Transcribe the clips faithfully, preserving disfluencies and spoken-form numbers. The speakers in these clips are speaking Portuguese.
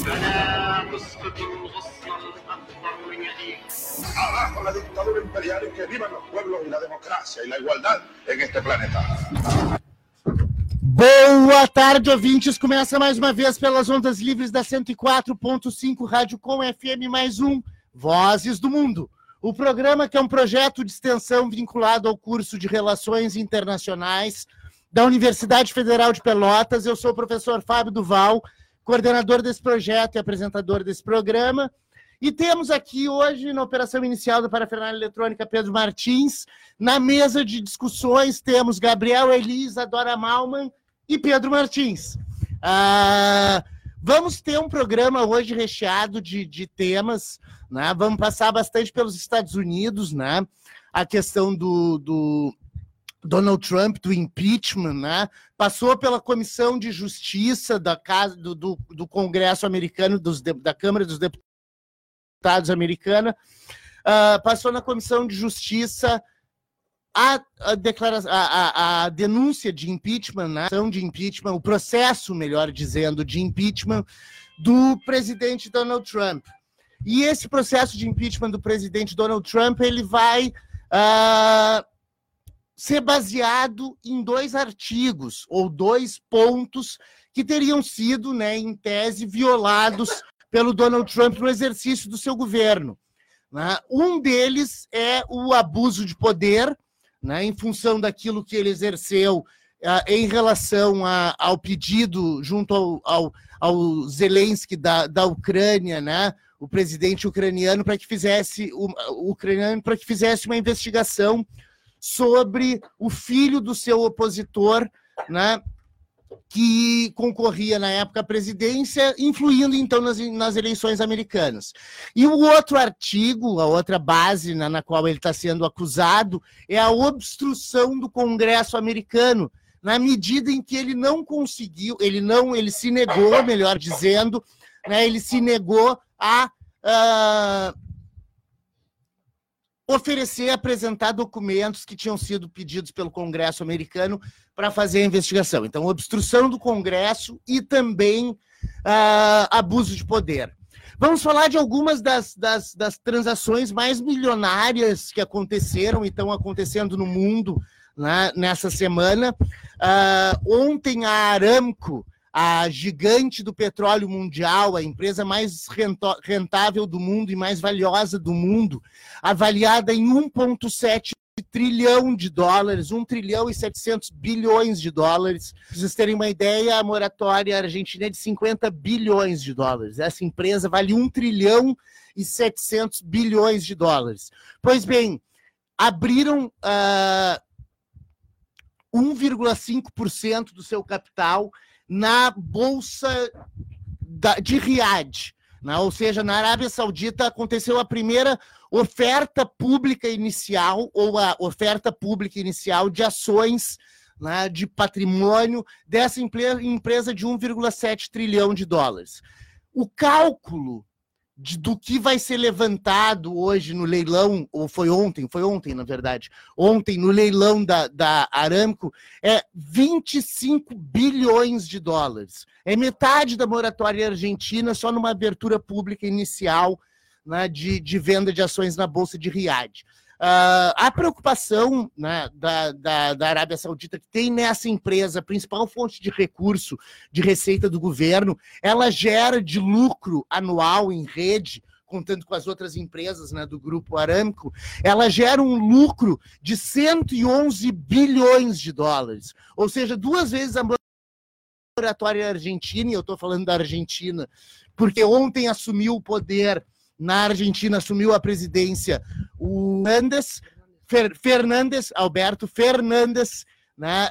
Abajo la dictadura imperial y que vivan los pueblos y la democracia y la igualdad en este planeta. Boa tarde, ouvintes. Começa mais uma vez pelas ondas livres da cento e quatro ponto cinco Rádio Com F M, mais um Vozes do Mundo. O programa que é um projeto de extensão vinculado ao curso de Relações Internacionais da Universidade Federal de Pelotas. Eu sou o professor Fábio Duval, coordenador desse projeto e apresentador desse programa. E temos aqui hoje, na operação inicial da parafernália eletrônica, Pedro Martins. Na mesa de discussões temos Gabriel Elisa, Dora Malman e Pedro Martins. Ah, vamos ter um programa hoje recheado de, de temas, né? Vamos passar bastante pelos Estados Unidos, né? A questão do, do Donald Trump, do impeachment, né? Passou pela Comissão de Justiça da casa, do, do, do Congresso americano, dos, da Câmara dos Deputados americana, uh, passou na Comissão de Justiça a, a, declaração, a, a, a denúncia de impeachment, né, de impeachment, o processo, melhor dizendo, de impeachment do presidente Donald Trump. E esse processo de impeachment do presidente Donald Trump, ele vai uh, ser baseado em dois artigos, ou dois pontos que teriam sido, né, em tese, violados pelo Donald Trump no exercício do seu governo, né? Um deles é o abuso de poder, né, em função daquilo que ele exerceu uh, em relação a, ao pedido junto ao, ao, ao Zelensky da, da Ucrânia, né, o presidente ucraniano, para que fizesse o, o ucraniano para que fizesse uma investigação sobre o filho do seu opositor, né, que concorria na época à presidência, influindo então nas, nas eleições americanas. E o outro artigo, a outra base na, na qual ele está sendo acusado, é a obstrução do Congresso americano, na medida em que ele não conseguiu, ele não, ele se negou, melhor dizendo, né, ele se negou a uh, oferecer, apresentar documentos que tinham sido pedidos pelo Congresso americano para fazer a investigação. Então, obstrução do Congresso e também uh, abuso de poder. Vamos falar de algumas das, das, das transações mais milionárias que aconteceram e estão acontecendo no mundo, né, nessa semana. Uh, ontem a Aramco, a gigante do petróleo mundial, a empresa mais rentável do mundo e mais valiosa do mundo, avaliada em um vírgula sete trilhão de dólares, um trilhão e setecentos bilhões de dólares. Para vocês terem uma ideia, a moratória argentina é de cinquenta bilhões de dólares. Essa empresa vale um trilhão e setecentos bilhões de dólares. Pois bem, abriram uh, um vírgula cinco por cento do seu capital na Bolsa de Riad, né? Ou seja, na Arábia Saudita aconteceu a primeira oferta pública inicial, ou a oferta pública inicial de ações, né, de patrimônio dessa empresa de um vírgula sete trilhão de dólares. O cálculo de, do que vai ser levantado hoje no leilão, ou foi ontem, foi ontem, na verdade, ontem no leilão da, da Aramco, é vinte e cinco bilhões de dólares. É metade da moratória argentina só numa abertura pública inicial, né, de, de venda de ações na Bolsa de Riad. Uh, a preocupação, né, da, da, da Arábia Saudita, que tem nessa empresa a principal fonte de recurso, de receita do governo, ela gera de lucro anual em rede, contando com as outras empresas, né, do grupo Aramco, ela gera um lucro de cento e onze bilhões de dólares, ou seja, duas vezes a moratória argentina, e eu estou falando da Argentina, porque ontem assumiu o poder na Argentina, assumiu a presidência o Fernandes, Fer, Fernandes Alberto Fernandes, né,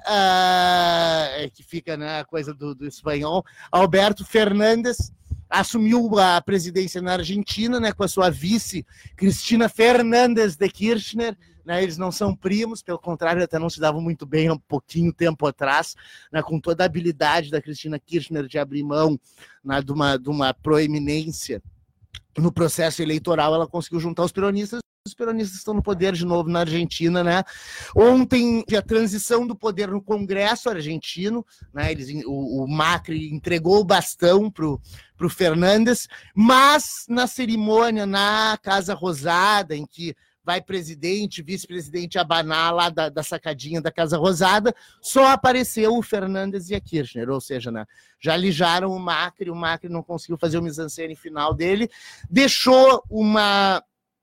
uh, que fica na, né, coisa do, do espanhol, Alberto Fernandes, assumiu a presidência na Argentina, né, com a sua vice, Cristina Fernandes de Kirchner, né, eles não são primos, pelo contrário, até não se davam muito bem há um pouquinho tempo atrás, né, com toda a habilidade da Cristina Kirchner de abrir mão, né, de, uma, de uma proeminência no processo eleitoral, ela conseguiu juntar os peronistas os peronistas estão no poder de novo na Argentina, né? Ontem, a transição do poder no Congresso argentino, né? Eles, o, o Macri entregou o bastão para o Fernandes, mas na cerimônia, na Casa Rosada, em que vai presidente, vice-presidente abanar lá da, da sacadinha da Casa Rosada, só apareceu o Fernandes e a Kirchner, ou seja, né, já lijaram o Macri, o Macri não conseguiu fazer o mise-en-scène final dele, deixou uma,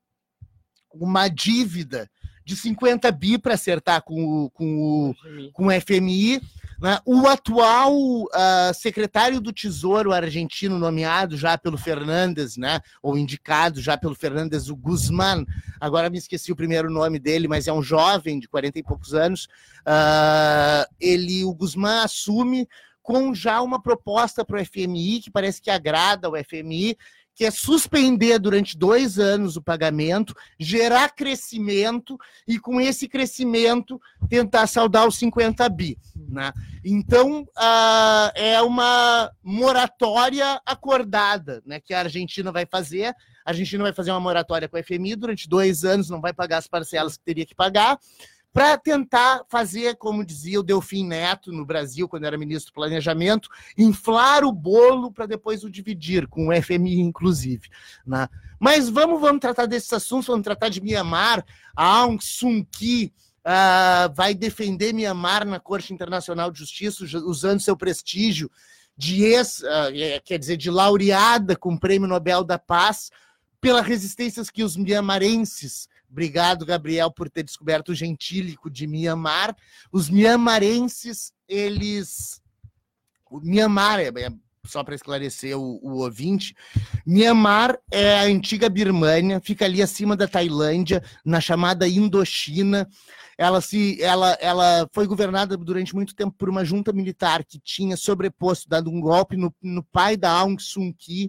uma dívida de cinquenta bi para acertar com o, com o, com o F M I, né? O atual uh, secretário do Tesouro argentino, nomeado já pelo Fernandes, né? Ou indicado já pelo Fernandes, o Guzmán, agora me esqueci o primeiro nome dele, mas é um jovem de quarenta e poucos anos, uh, ele, o Guzmán assume com já uma proposta para o F M I, que parece que agrada ao F M I, que é suspender durante dois anos o pagamento, gerar crescimento e, com esse crescimento, tentar saldar os cinquenta bi. Né? Então, uh, é uma moratória acordada, né, que a Argentina vai fazer. A Argentina vai fazer uma moratória com o F M I durante dois anos, não vai pagar as parcelas que teria que pagar, para tentar fazer, como dizia o Delfim Neto no Brasil, quando era ministro do Planejamento, inflar o bolo para depois o dividir, com o F M I, inclusive. Né? Mas vamos, vamos tratar desses assuntos, vamos tratar de Mianmar. A Aung San Suu Kyi uh, vai defender Mianmar na Corte Internacional de Justiça, usando seu prestígio de ex, uh, quer dizer, de laureada com o Prêmio Nobel da Paz, pela resistência que os mianmarenses. Obrigado, Gabriel, por ter descoberto o gentílico de Mianmar. Os mianmarenses, eles... O Mianmar, é, é, só para esclarecer o, o ouvinte, Mianmar é a antiga Birmânia, fica ali acima da Tailândia, na chamada Indochina. Ela, se, ela, ela foi governada durante muito tempo por uma junta militar que tinha sobreposto, dado um golpe no, no pai da Aung San Suu Kyi.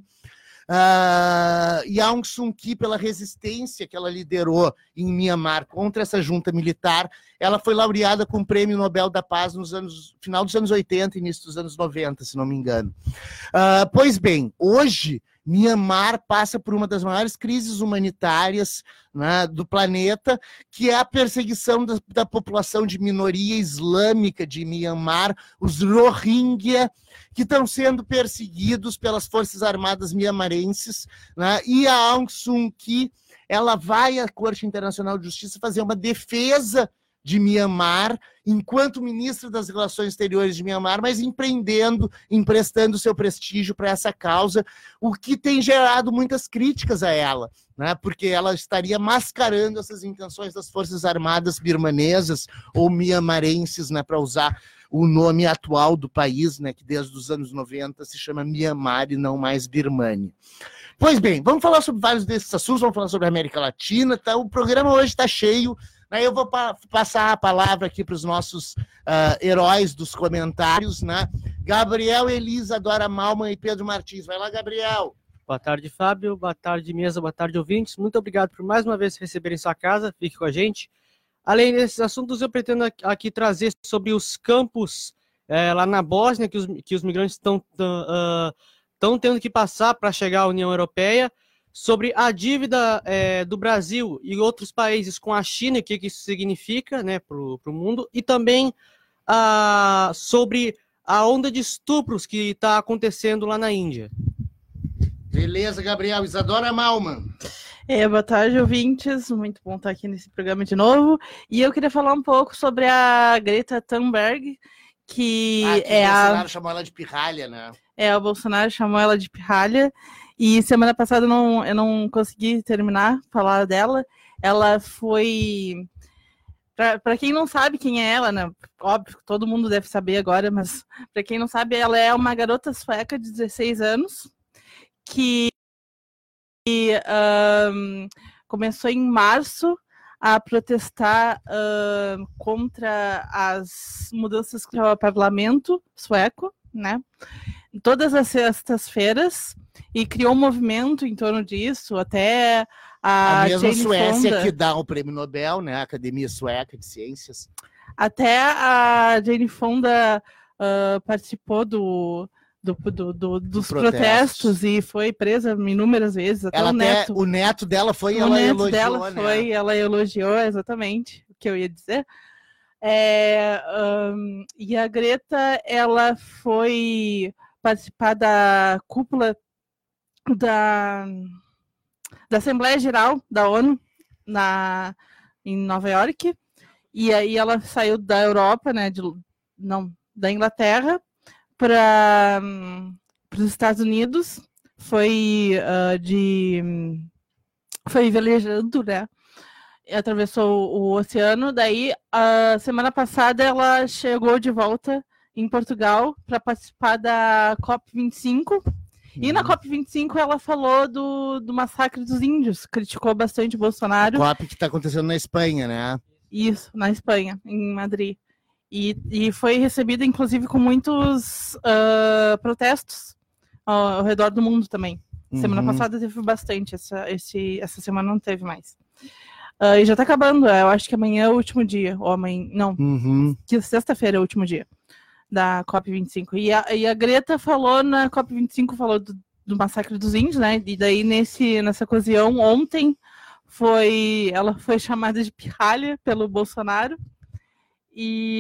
Uh, e a Aung San Suu Kyi, pela resistência que ela liderou em Mianmar contra essa junta militar, ela foi laureada com o Prêmio Nobel da Paz nos anos, final dos anos oitenta e início dos anos noventa, se não me engano. Uh, pois bem, hoje Mianmar passa por uma das maiores crises humanitárias, né, do planeta, que é a perseguição da, da população de minoria islâmica de Mianmar, os Rohingya, que estão sendo perseguidos pelas Forças Armadas mianmarenses, né, e a Aung San Suu Kyi, ela vai à Corte Internacional de Justiça fazer uma defesa de Mianmar, enquanto ministra das Relações Exteriores de Mianmar, mas empreendendo, emprestando seu prestígio para essa causa, o que tem gerado muitas críticas a ela, né? Porque ela estaria mascarando essas intenções das Forças Armadas birmanesas ou mianmarenses, né, para usar o nome atual do país, né, que desde os anos noventa se chama Mianmar e não mais Birmânia. Pois bem, vamos falar sobre vários desses assuntos, vamos falar sobre a América Latina, tá? O programa hoje está cheio. Eu vou pa passar a palavra aqui para os nossos uh, heróis dos comentários, né? Gabriel, Elisa, Dora Malman e Pedro Martins. Vai lá, Gabriel. Boa tarde, Fábio. Boa tarde, mesa. Boa tarde, ouvintes. Muito obrigado por mais uma vez receberem sua casa. Fique com a gente. Além desses assuntos, eu pretendo aqui trazer sobre os campos é, lá na Bósnia, que os, que os migrantes estão uh, tendo que passar para chegar à União Europeia, sobre a dívida é, do Brasil e outros países com a China, o que, que isso significa, né, para o mundo, e também ah, sobre a onda de estupros que está acontecendo lá na Índia. Beleza, Gabriel. Isadora Malman. É, boa tarde, ouvintes. Muito bom estar aqui nesse programa de novo. E eu queria falar um pouco sobre a Greta Thunberg, que ah, que é o Bolsonaro a... chamou ela de pirralha, né? É, o Bolsonaro chamou ela de pirralha. E semana passada eu não, eu não consegui terminar falar dela. Ela foi... Para quem não sabe quem é ela, né? Óbvio que todo mundo deve saber agora, mas para quem não sabe, ela é uma garota sueca de dezesseis anos que um, começou em março a protestar uh, contra as mudanças ao parlamento sueco, né? Todas as sextas-feiras, e criou um movimento em torno disso, até a, a mesma Jane Suécia Fonda, que dá o prêmio Nobel, né? A Academia Sueca de Ciências. Até a Jane Fonda uh, participou do, do, do, do, dos protestos. protestos e foi presa inúmeras vezes. Até Ela o até, neto. o neto dela foi e o ela neto elogiou, dela né? foi, ela elogiou exatamente o que eu ia dizer. É, um, e a Greta, ela foi participar da cúpula da, da Assembleia Geral da ONU na, em Nova York, e aí ela saiu da Europa, né, de, não, da Inglaterra, para um, os Estados Unidos, foi uh, de foi velejando, né? Atravessou o oceano. Daí, a semana passada, ela chegou de volta em Portugal para participar da COP vinte e cinco. Uhum. E na COP vinte e cinco ela falou do, do massacre dos índios, criticou bastante o Bolsonaro. A COP que está acontecendo na Espanha, né? Isso, na Espanha, em Madrid. E, e foi recebida, inclusive, com muitos uh, protestos ao, ao redor do mundo também. Uhum. Semana passada teve bastante, essa, esse, essa semana não teve mais. Uh, e já tá acabando, eu acho que amanhã é o último dia, ou amanhã, não, uhum. que sexta-feira é o último dia da COP vinte e cinco. E a, e a Greta falou na COP vinte e cinco, falou do, do massacre dos índios, né, e daí nesse, nessa ocasião, ontem, foi, ela foi chamada de pirralha pelo Bolsonaro, e,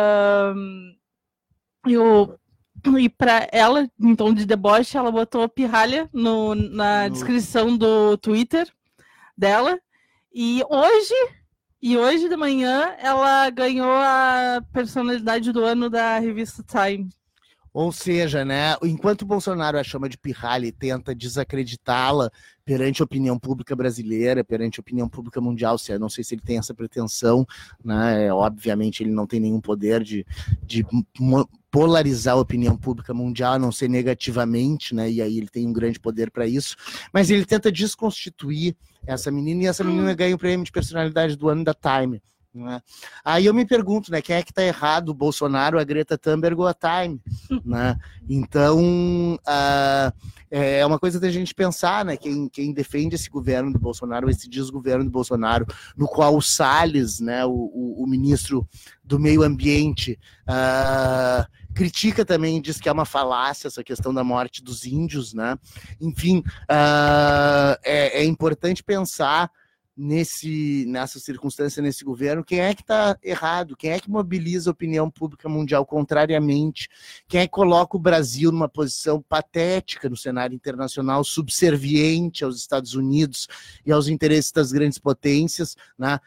um, e, o, e para ela, em tom de deboche, ela botou pirralha no, na no... descrição do Twitter dela. E hoje, e hoje de manhã, ela ganhou a personalidade do ano da revista Time. Ou seja, né, enquanto o Bolsonaro a chama de pirralha e tenta desacreditá-la perante a opinião pública brasileira, perante a opinião pública mundial, se eu não sei se ele tem essa pretensão, né, obviamente ele não tem nenhum poder de, de polarizar a opinião pública mundial, a não ser negativamente, né, e aí ele tem um grande poder para isso, mas ele tenta desconstituir essa menina, e essa menina ganha o prêmio de personalidade do ano da Time. Né? Aí eu me pergunto, né, quem é que está errado, o Bolsonaro, a Greta Thunberg ou a Time? Né? Então, uh, é uma coisa da gente pensar, né, quem, quem defende esse governo do Bolsonaro, esse desgoverno do Bolsonaro, no qual o Salles, né, o, o, o ministro do meio ambiente, uh, critica também, diz que é uma falácia essa questão da morte dos índios, né? Enfim, uh, é, é importante pensar nesse, nessa circunstância, nesse governo, quem é que está errado, quem é que mobiliza a opinião pública mundial contrariamente, quem é que coloca o Brasil numa posição patética no cenário internacional, subserviente aos Estados Unidos e aos interesses das grandes potências, né?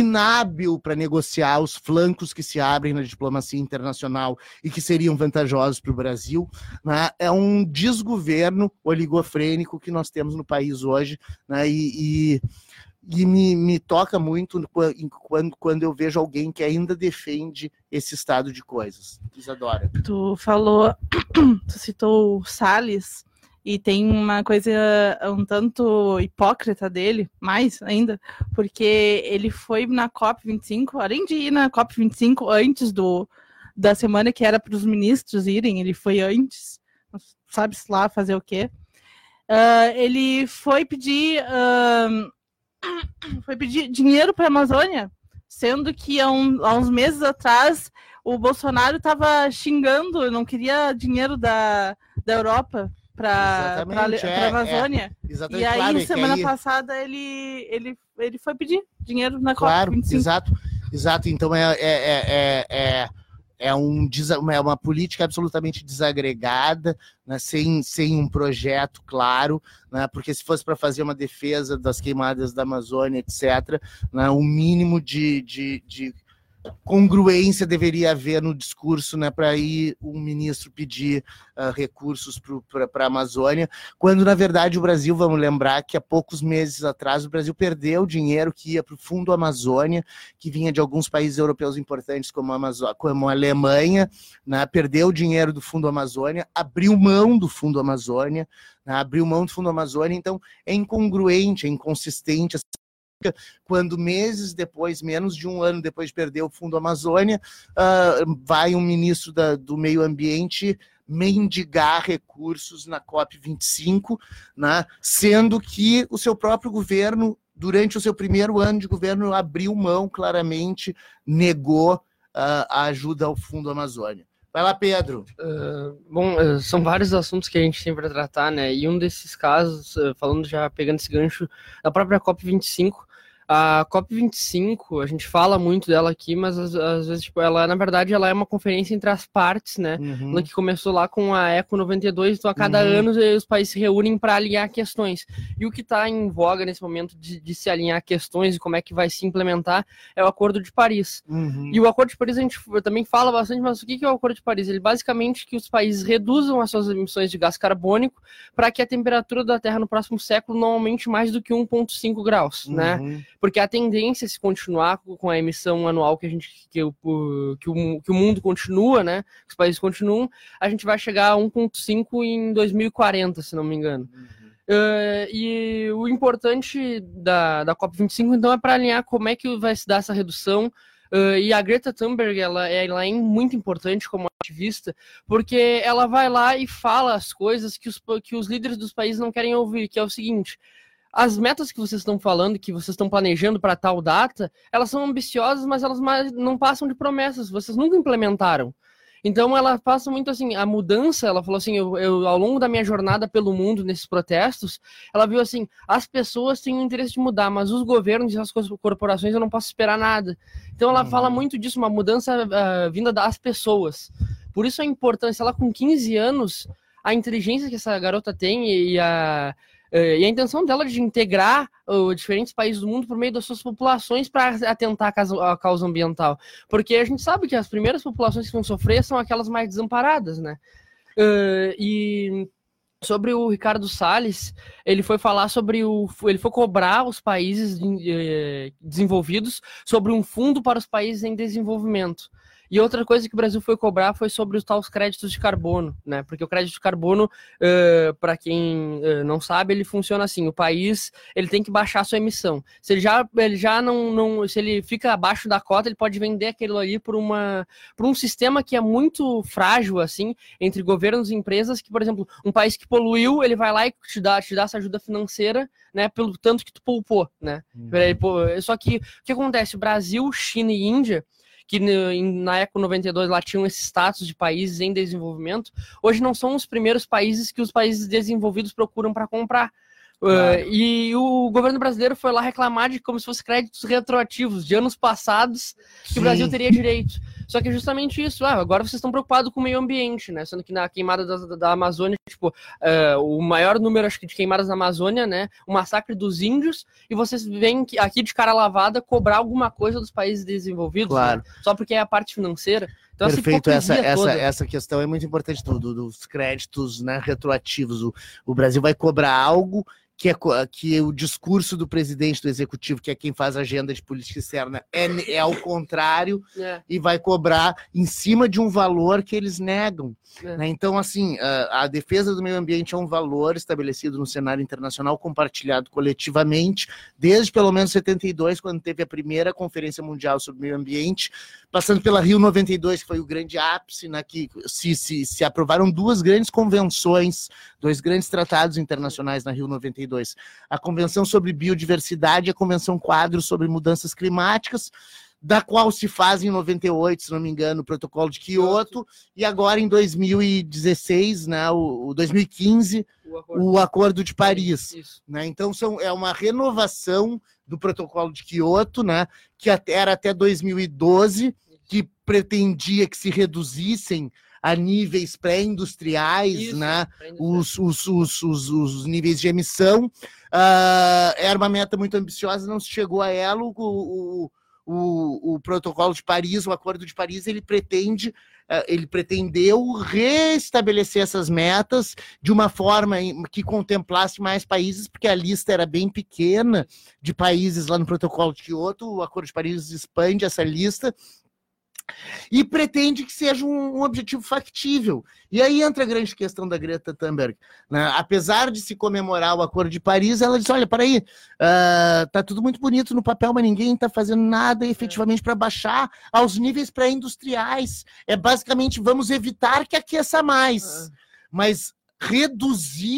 Inábil para negociar os flancos que se abrem na diplomacia internacional e que seriam vantajosos para o Brasil, né? É um desgoverno oligofrênico que nós temos no país hoje, né? e, e, e me, me toca muito quando, quando eu vejo alguém que ainda defende esse estado de coisas. Isadora. Tu falou, tu citou o Salles, e tem uma coisa um tanto hipócrita dele, mais ainda, porque ele foi na COP vinte e cinco, além de ir na COP vinte e cinco antes do, da semana que era para os ministros irem, ele foi antes, sabe-se lá fazer o quê. Uh, ele foi pedir, uh, foi pedir dinheiro para a Amazônia, sendo que há, um, há uns meses atrás o Bolsonaro estava xingando, não queria dinheiro da, da Europa para é, a Amazônia. É, e aí, claro, semana aí... passada, ele, ele, ele foi pedir dinheiro na claro, COP vinte e cinco. Exato, exato. Então é, é, é, é, é, um, é uma política absolutamente desagregada, né, sem, sem um projeto claro, né, porque se fosse para fazer uma defesa das queimadas da Amazônia, etcétera, né, o mínimo de... de, de congruência deveria haver no discurso, né, para ir um ministro pedir uh, recursos para a Amazônia, quando na verdade o Brasil, vamos lembrar que há poucos meses atrás o Brasil perdeu dinheiro que ia para o Fundo Amazônia, que vinha de alguns países europeus importantes como a, Amazô- como a Alemanha, né, perdeu o dinheiro do Fundo Amazônia, abriu mão do Fundo Amazônia, né, abriu mão do Fundo Amazônia, então é incongruente, é inconsistente quando meses depois, menos de um ano depois de perder o Fundo Amazônia, uh, vai um ministro da, do meio ambiente mendigar recursos na COP vinte e cinco, né, sendo que o seu próprio governo, durante o seu primeiro ano de governo, abriu mão claramente, negou uh, a ajuda ao Fundo Amazônia. Vai lá, Pedro. Uh, bom, uh, são vários assuntos que a gente tem para tratar, né? E um desses casos, uh, falando já, pegando esse gancho, da própria COP vinte e cinco. A COP vinte e cinco, a gente fala muito dela aqui, mas às, às vezes, tipo, ela, na verdade, ela é uma conferência entre as partes, né? Uhum. No que começou lá com a Eco noventa e dois, então a cada Uhum. ano os países se reúnem para alinhar questões. E o que está em voga nesse momento de, de se alinhar questões e como é que vai se implementar é o Acordo de Paris. Uhum. E o Acordo de Paris a gente também fala bastante, mas o que é o Acordo de Paris? Ele basicamente que os países reduzam as suas emissões de gás carbônico para que a temperatura da Terra no próximo século não aumente mais do que um vírgula cinco graus, Uhum. né? Porque a tendência, se continuar com a emissão anual que a gente que o, que o, que o mundo continua, né? Que os países continuam, a gente vai chegar a um vírgula cinco em dois mil e quarenta, se não me engano. Uhum. Uh, e o importante da, da COP vinte e cinco, então, é para alinhar como é que vai se dar essa redução. Uh, e a Greta Thunberg, ela, ela é muito importante como ativista, porque ela vai lá e fala as coisas que os, que os líderes dos países não querem ouvir, que é o seguinte: as metas que vocês estão falando, que vocês estão planejando para tal data, elas são ambiciosas, mas elas não passam de promessas, vocês nunca implementaram. Então ela passa muito assim, a mudança, ela falou assim, eu, eu, ao longo da minha jornada pelo mundo, nesses protestos, ela viu assim, as pessoas têm o interesse de mudar, mas os governos e as corporações eu não posso esperar nada. Então ela uhum. fala muito disso, uma mudança uh, vinda das pessoas. Por isso a importância, ela com quinze anos, a inteligência que essa garota tem e a... Uh, e a intenção dela de integrar uh, diferentes países do mundo por meio das suas populações para atentar a causa, a causa ambiental. Porque a gente sabe que as primeiras populações que vão sofrer são aquelas mais desamparadas, né? Uh, e sobre o Ricardo Salles, ele foi falar sobre o... Ele foi cobrar os países de, desenvolvidos sobre um fundo para os países em desenvolvimento. E outra coisa que o Brasil foi cobrar foi sobre os tais créditos de carbono, né? Porque o crédito de carbono, uh, para quem uh, não sabe, ele funciona assim: o país ele tem que baixar a sua emissão. Se ele já, ele já não, não, se ele fica abaixo da cota, ele pode vender aquilo ali por uma, por um sistema que é muito frágil, assim, entre governos e empresas. Que, por exemplo, um país que poluiu, ele vai lá e te dá, te dá essa ajuda financeira, né? Pelo tanto que tu poupou, né? Uhum. Só que o que acontece? O Brasil, China e Índia, que na Eco noventa e dois lá tinham esse status de países em desenvolvimento, hoje não são os primeiros países que os países desenvolvidos procuram para comprar. Claro. Uh, e o governo brasileiro foi lá reclamar de como se fossem créditos retroativos de anos passados que Sim. o Brasil teria direito. Só que é justamente isso. Ah, agora vocês estão preocupados com o meio ambiente, né? Sendo que na queimada da, da Amazônia, tipo, uh, o maior número, acho que, de queimadas na Amazônia, né? O massacre dos índios, e vocês vêm aqui de cara lavada cobrar alguma coisa dos países desenvolvidos, claro. Né? Só porque é a parte financeira. Então, perfeito, essa, essa, essa questão é muito importante do, do, dos créditos, né, retroativos. O, o Brasil vai cobrar algo que, é, que o discurso do presidente do executivo, que é quem faz a agenda de política externa, é, é ao contrário, é. E vai cobrar em cima de um valor que eles negam. É. Né? Então, assim, a, a defesa do meio ambiente é um valor estabelecido no cenário internacional, compartilhado coletivamente, desde pelo menos setenta e dois, quando teve a primeira Conferência Mundial sobre o Meio Ambiente, passando pela Rio noventa e dois, que foi o grande ápice, né, que se, se, se aprovaram duas grandes convenções, dois grandes tratados internacionais na Rio noventa e dois. A Convenção sobre Biodiversidade e a Convenção Quadro sobre Mudanças Climáticas, da qual se faz em noventa e oito, se não me engano, o Protocolo de Quioto, e agora em dois mil e dezesseis, né, o, o dois mil e quinze, o Acordo, o acordo de Paris. Isso. Né? Então são, é uma renovação do Protocolo de Quioto, né, que até, era até dois mil e doze, que pretendia que se reduzissem a níveis pré-industriais, né, os, os, os, os, os níveis de emissão. Uh, era uma meta muito ambiciosa, não se chegou a ela. O, o, o, o Protocolo de Paris, o Acordo de Paris, ele pretende, uh, ele pretendeu restabelecer essas metas de uma forma que contemplasse mais países, porque a lista era bem pequena de países lá no Protocolo de Quioto. O Acordo de Paris expande essa lista e pretende que seja um, um objetivo factível. E aí entra a grande questão da Greta Thunberg, né? Apesar de se comemorar o Acordo de Paris, ela diz, olha, peraí, uh, tá tudo muito bonito no papel, mas ninguém está fazendo nada efetivamente para baixar aos níveis pré-industriais. É basicamente, vamos evitar que aqueça mais, é. mas reduzir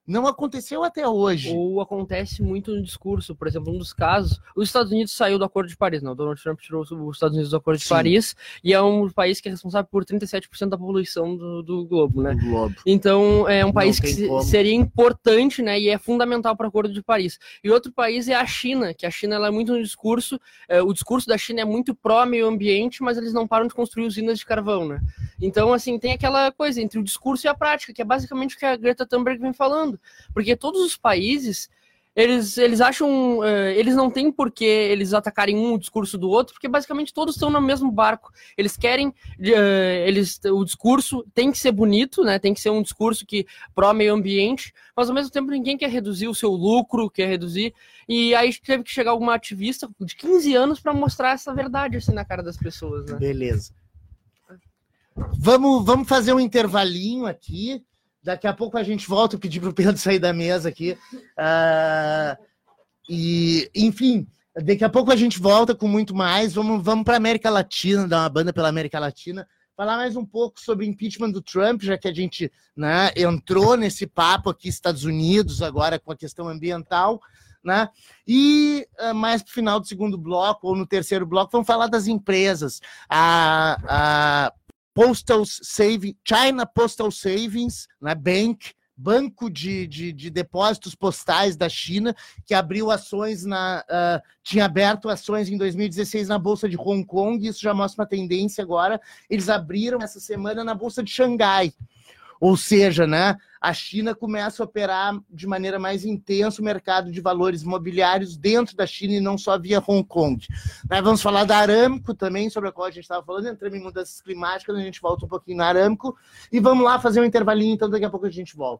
Não aconteceu até hoje. Ou acontece muito no discurso. Por exemplo, um dos casos, os Estados Unidos saiu do Acordo de Paris, não, o Donald Trump tirou os Estados Unidos do Acordo de Sim. Paris, e é um país que é responsável por trinta e sete por cento da poluição do, do globo, né? Do globo. Então, é um país que como. seria importante, né, e é fundamental para o Acordo de Paris. E outro país é a China, que a China ela é muito no discurso, é, o discurso da China é muito pró-meio ambiente, mas eles não param de construir usinas de carvão, né? Então, assim, tem aquela coisa entre o discurso e a prática, que é basicamente o que a Greta Thunberg vem falando. Porque todos os países, eles, eles acham, uh, eles não têm por que eles atacarem um o discurso do outro, porque basicamente todos estão no mesmo barco. Eles querem, uh, eles, o discurso tem que ser bonito, né? Tem que ser um discurso que pró-meio ambiente, mas ao mesmo tempo ninguém quer reduzir o seu lucro, quer reduzir. E aí teve que chegar alguma ativista de quinze anos para mostrar essa verdade assim na cara das pessoas, né? Beleza. Vamos, vamos fazer um intervalinho aqui. Daqui a pouco a gente volta, eu pedi para o Pedro sair da mesa aqui. Uh, e, enfim, daqui a pouco a gente volta com muito mais. Vamos, vamos para a América Latina, dar uma banda pela América Latina. Falar mais um pouco sobre o impeachment do Trump, já que a gente, né, entrou nesse papo aqui, Estados Unidos, agora com a questão ambiental. Né? E uh, mais para o final do segundo bloco, ou no terceiro bloco, vamos falar das empresas. A... a Postal Savings, China Postal Savings, né, Bank, banco de, de, de depósitos postais da China, que abriu ações na, uh, tinha aberto ações em dois mil e dezesseis na Bolsa de Hong Kong, isso já mostra uma tendência agora, eles abriram essa semana na Bolsa de Xangai. Ou seja, né, a China começa a operar de maneira mais intensa o mercado de valores imobiliários dentro da China e não só via Hong Kong. Nós vamos falar da Aramco também, sobre a qual a gente estava falando, entramos em mudanças climáticas, a gente volta um pouquinho na Aramco, e vamos lá fazer um intervalinho, então daqui a pouco a gente volta.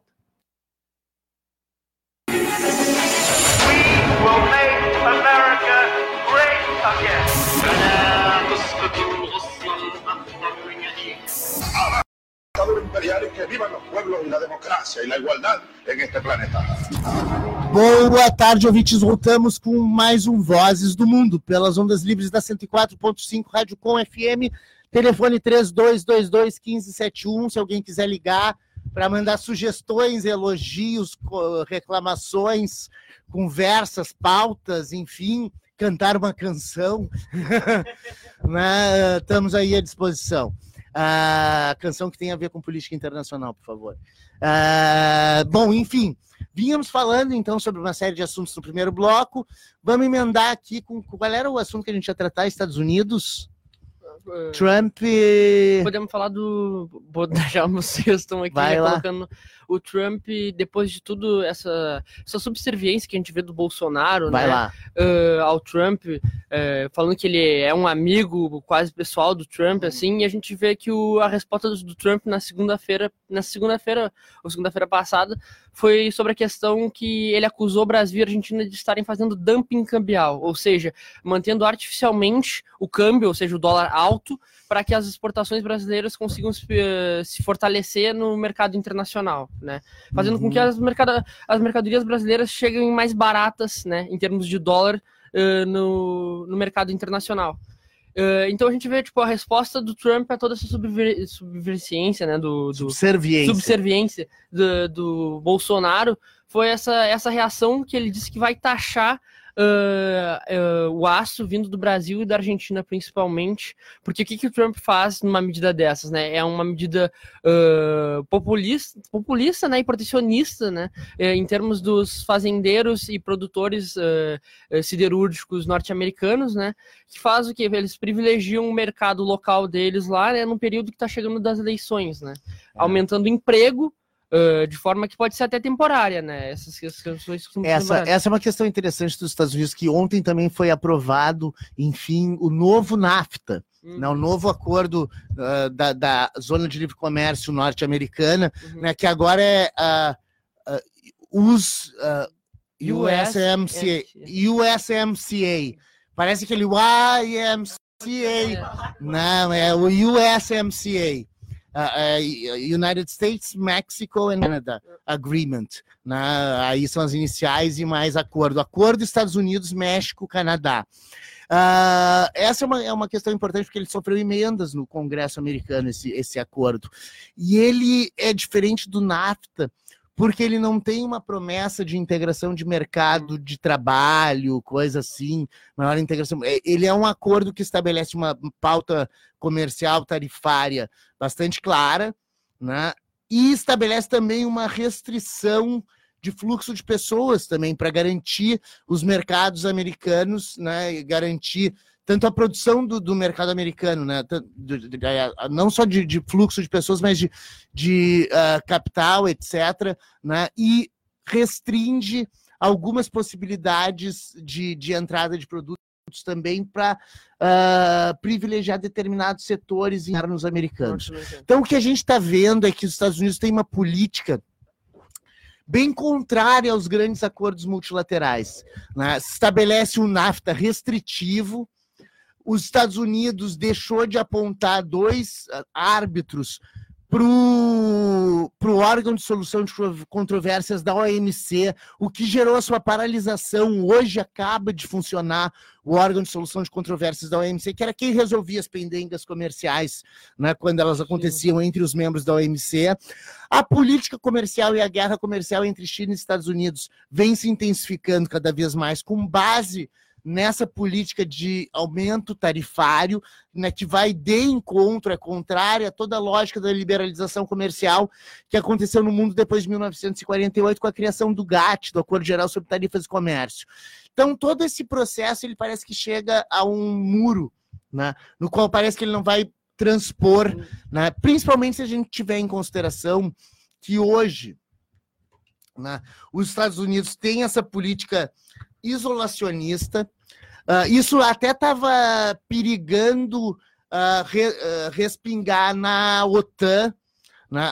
We will make America great again. Imperial y que vivan los pueblos y la democracia y la igualdad en este planeta. Boa tarde, ouvintes. Voltamos com mais um Vozes do Mundo, pelas ondas livres da cento e quatro ponto cinco Rádio Com F M, telefone três dois dois dois, um cinco sete um, se alguém quiser ligar para mandar sugestões, elogios, reclamações, conversas, pautas, enfim, cantar uma canção, né? Estamos aí à disposição. A uh, canção que tem a ver com política internacional, por favor. Uh, bom, enfim, vínhamos falando então sobre uma série de assuntos no primeiro bloco. Vamos emendar aqui com qual era o assunto que a gente ia tratar? Estados Unidos? Uh, Trump. Podemos falar do. Vou deixar vocês estão aqui Vai lá. colocando o Trump, depois de tudo, essa, essa subserviência que a gente vê do Bolsonaro, Vai né, lá. Uh, ao Trump, uh, falando que ele é um amigo quase pessoal do Trump, assim, e a gente vê que o, a resposta do, do Trump na segunda-feira, na segunda-feira, ou segunda-feira passada, foi sobre a questão que ele acusou Brasil e Argentina de estarem fazendo dumping cambial, ou seja, mantendo artificialmente o câmbio, ou seja, o dólar alto, para que as exportações brasileiras consigam se, uh, se fortalecer no mercado internacional, né? Fazendo uhum. com que as, mercado, as mercadorias brasileiras cheguem mais baratas, né, em termos de dólar uh, no, no mercado internacional. Uh, então a gente vê tipo, a resposta do Trump a toda essa subver, subversiência, né, do, do, subserviência, subserviência do, do Bolsonaro, foi essa, essa reação que ele disse que vai taxar Uh, uh, o aço vindo do Brasil e da Argentina principalmente, porque o que, que o Trump faz numa medida dessas, né? É uma medida uh, populista, populista, né, e protecionista, né, em termos dos fazendeiros e produtores uh, siderúrgicos norte-americanos, né, que faz o que? Eles privilegiam o mercado local deles lá, né, no período que está chegando das eleições, né, é. aumentando o emprego, Uh, de forma que pode ser até temporária, né? Essas questões essa, essa é uma questão interessante dos Estados Unidos, que ontem também foi aprovado, enfim, o novo NAFTA, uhum. né? O novo acordo uh, da, da Zona de Livre Comércio norte-americana, uhum. né? Que agora é uh, uh, os uh, U S M C A. U S M C A. Parece aquele Y M C A. Não, é o U S M C A. Uh, uh, United States, Mexico and Canada Agreement, né? Aí são as iniciais e mais acordo. Acordo Estados Unidos, México, Canadá. Uh, essa é uma, é uma questão importante porque ele sofreu emendas no Congresso americano, esse, esse acordo. E ele é diferente do NAFTA, porque ele não tem uma promessa de integração de mercado de trabalho, coisa assim, maior integração. Ele é um acordo que estabelece uma pauta comercial tarifária bastante clara, né? E estabelece também uma restrição de fluxo de pessoas também, para garantir os mercados americanos, né, e garantir tanto a produção do, do mercado americano, né, não só de, de fluxo de pessoas, mas de, de uh, capital, etcétera, né, e restringe algumas possibilidades de, de entrada de produtos também para uh, privilegiar determinados setores internos americanos. Então, o que a gente está vendo é que os Estados Unidos têm uma política bem contrária aos grandes acordos multilaterais, né? Se estabelece um NAFTA restritivo, os Estados Unidos deixou de apontar dois árbitros para o órgão de solução de controvérsias da O M C, o que gerou a sua paralisação. Hoje acaba de funcionar o órgão de solução de controvérsias da O M C, que era quem resolvia as pendengas comerciais, né, quando elas aconteciam entre os membros da O M C. A política comercial e a guerra comercial entre China e Estados Unidos vem se intensificando cada vez mais, com base nessa política de aumento tarifário, né, que vai de encontro, é contrária a toda a lógica da liberalização comercial que aconteceu no mundo depois de mil novecentos e quarenta e oito, com a criação do GATT, do Acordo Geral sobre Tarifas e Comércio. Então, todo esse processo, ele parece que chega a um muro, né, no qual parece que ele não vai transpor, né, principalmente se a gente tiver em consideração que hoje, né, os Estados Unidos têm essa política isolacionista. Uh, isso até estava perigando uh, re, uh, respingar na OTAN, né?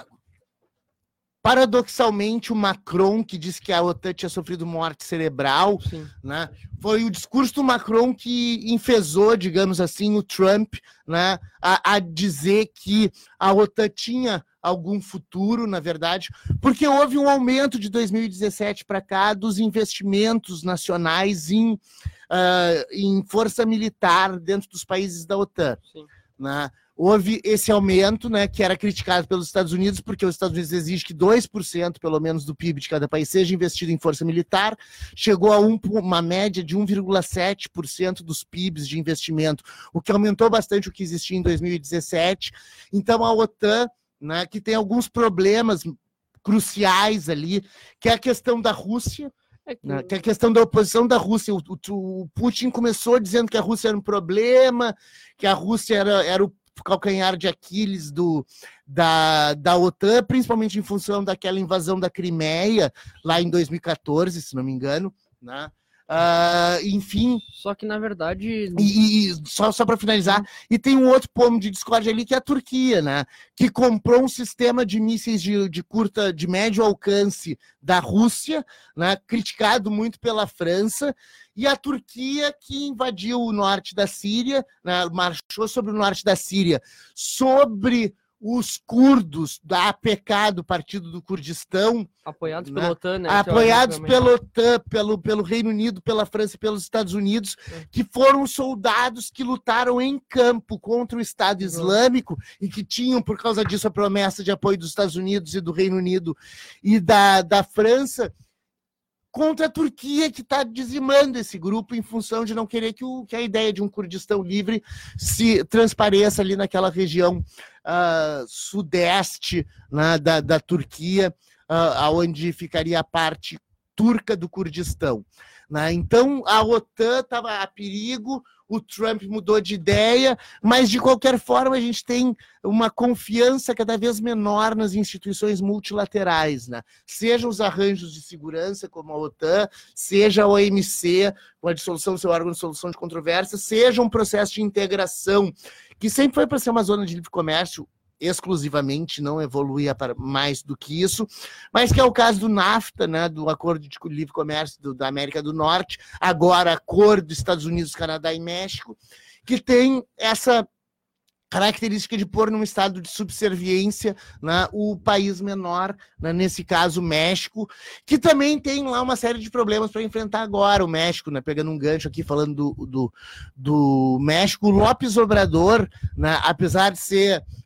Paradoxalmente, o Macron, que disse que a OTAN tinha sofrido morte cerebral, né? Foi o discurso do Macron que enfezou, digamos assim, o Trump, né? a, a dizer que a OTAN tinha algum futuro, na verdade, porque houve um aumento de dois mil e dezessete para cá dos investimentos nacionais em, uh, em força militar dentro dos países da OTAN. Sim. Né? Houve esse aumento, né, que era criticado pelos Estados Unidos, porque os Estados Unidos exigem que dois por cento, pelo menos, do P I B de cada país seja investido em força militar, chegou a um, uma média de um vírgula sete por cento dos P I Bs de investimento, o que aumentou bastante o que existia em dois mil e dezessete. Então, a OTAN, né, que tem alguns problemas cruciais ali, que é a questão da Rússia, é que... Né, que é a questão da oposição da Rússia. O, o, o Putin começou dizendo que a Rússia era um problema, que a Rússia era, era o calcanhar de Aquiles do, da, da OTAN, principalmente em função daquela invasão da Crimeia, lá em dois mil e quatorze, se não me engano, né? Uh, enfim. Só que, na verdade... E, e só, só para finalizar, uhum. E tem um outro ponto de discórdia ali, que é a Turquia, né? Que comprou um sistema de mísseis de, de curta, de médio alcance da Rússia, né? Criticado muito pela França, e a Turquia, que invadiu o norte da Síria, né? Marchou sobre o norte da Síria, sobre os curdos da A P K, do Partido do Kurdistão, apoiados né? pela OTAN, né? Apoiados pela OTAN, pelo, pelo Reino Unido, pela França e pelos Estados Unidos, é. Que foram soldados que lutaram em campo contra o Estado Islâmico e que tinham, por causa disso, a promessa de apoio dos Estados Unidos e do Reino Unido e da, da França, contra a Turquia, que está dizimando esse grupo em função de não querer que, o, que a ideia de um Kurdistão livre se transpareça ali naquela região uh, sudeste, né, da, da Turquia, uh, onde ficaria a parte turca do Kurdistão. Né? Então, a OTAN estava a perigo, o Trump mudou de ideia, mas, de qualquer forma, a gente tem uma confiança cada vez menor nas instituições multilaterais, né? Seja os arranjos de segurança, como a OTAN, seja a O M C, com a dissolução do seu órgão de solução de controvérsias, seja um processo de integração, que sempre foi para ser uma zona de livre comércio, exclusivamente, não evoluía para mais do que isso, mas que é o caso do NAFTA, né, do Acordo de Livre Comércio do, da América do Norte, agora Acordo dos Estados Unidos, Canadá e México, que tem essa característica de pôr num estado de subserviência, né, o país menor, né, nesse caso o México, que também tem lá uma série de problemas para enfrentar agora. O México, né, pegando um gancho aqui, falando do, do, do México, o López Obrador, né, apesar de ser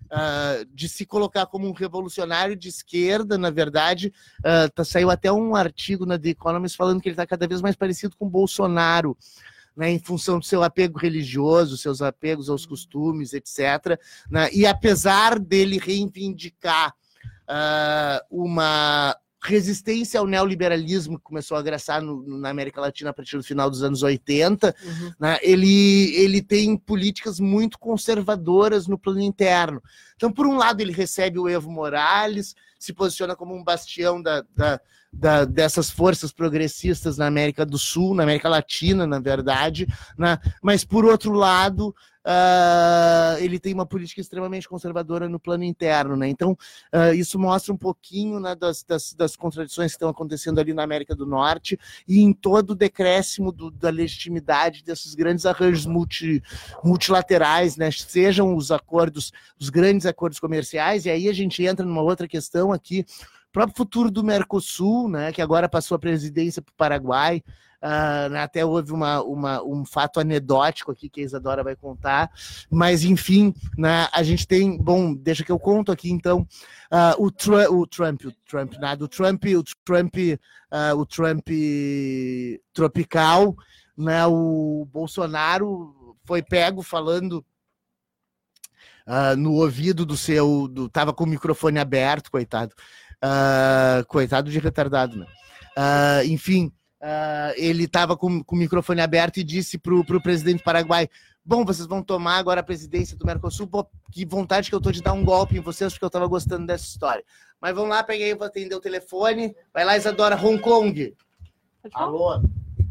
uh, de se colocar como um revolucionário de esquerda, na verdade, uh, tá, saiu até um artigo na The Economist falando que ele está cada vez mais parecido com o Bolsonaro, né, em função do seu apego religioso, seus apegos aos costumes, etcétera, né, e apesar dele reivindicar uh, uma resistência ao neoliberalismo que começou a agressar no, na América Latina a partir do final dos anos oitenta, uhum. né, ele, ele tem políticas muito conservadoras no plano interno. Então, por um lado, ele recebe o Evo Morales, se posiciona como um bastião da, da, da, dessas forças progressistas na América do Sul, na América Latina, na verdade, né, mas, por outro lado, Uh, ele tem uma política extremamente conservadora no plano interno, né? Então, uh, isso mostra um pouquinho, né, das, das, das contradições que estão acontecendo ali na América do Norte e em todo o decréscimo do, da legitimidade desses grandes arranjos multi, multilaterais, né? Sejam os acordos, os grandes acordos comerciais, e aí a gente entra numa outra questão aqui, o próprio futuro do Mercosul, né, que agora passou a presidência para o Paraguai. Uh, até houve uma, uma, um fato anedótico aqui que a Isadora vai contar, mas enfim, né, a gente tem, bom, deixa que eu conto aqui então, uh, o, Tru, o Trump, o Trump, nada, o Trump, o Trump, uh, o Trump tropical, né, o Bolsonaro foi pego falando uh, no ouvido do seu, do, tava com o microfone aberto, coitado, uh, coitado de retardado, né, uh, enfim. Uh, ele estava com, com o microfone aberto e disse para o presidente do Paraguai: bom, vocês vão tomar agora a presidência do Mercosul, pô, que vontade que eu tô de dar um golpe em vocês, porque eu estava gostando dessa história. Mas vamos lá, peguei, vou atender o telefone. Vai lá, Isadora, Hong Kong. Alô?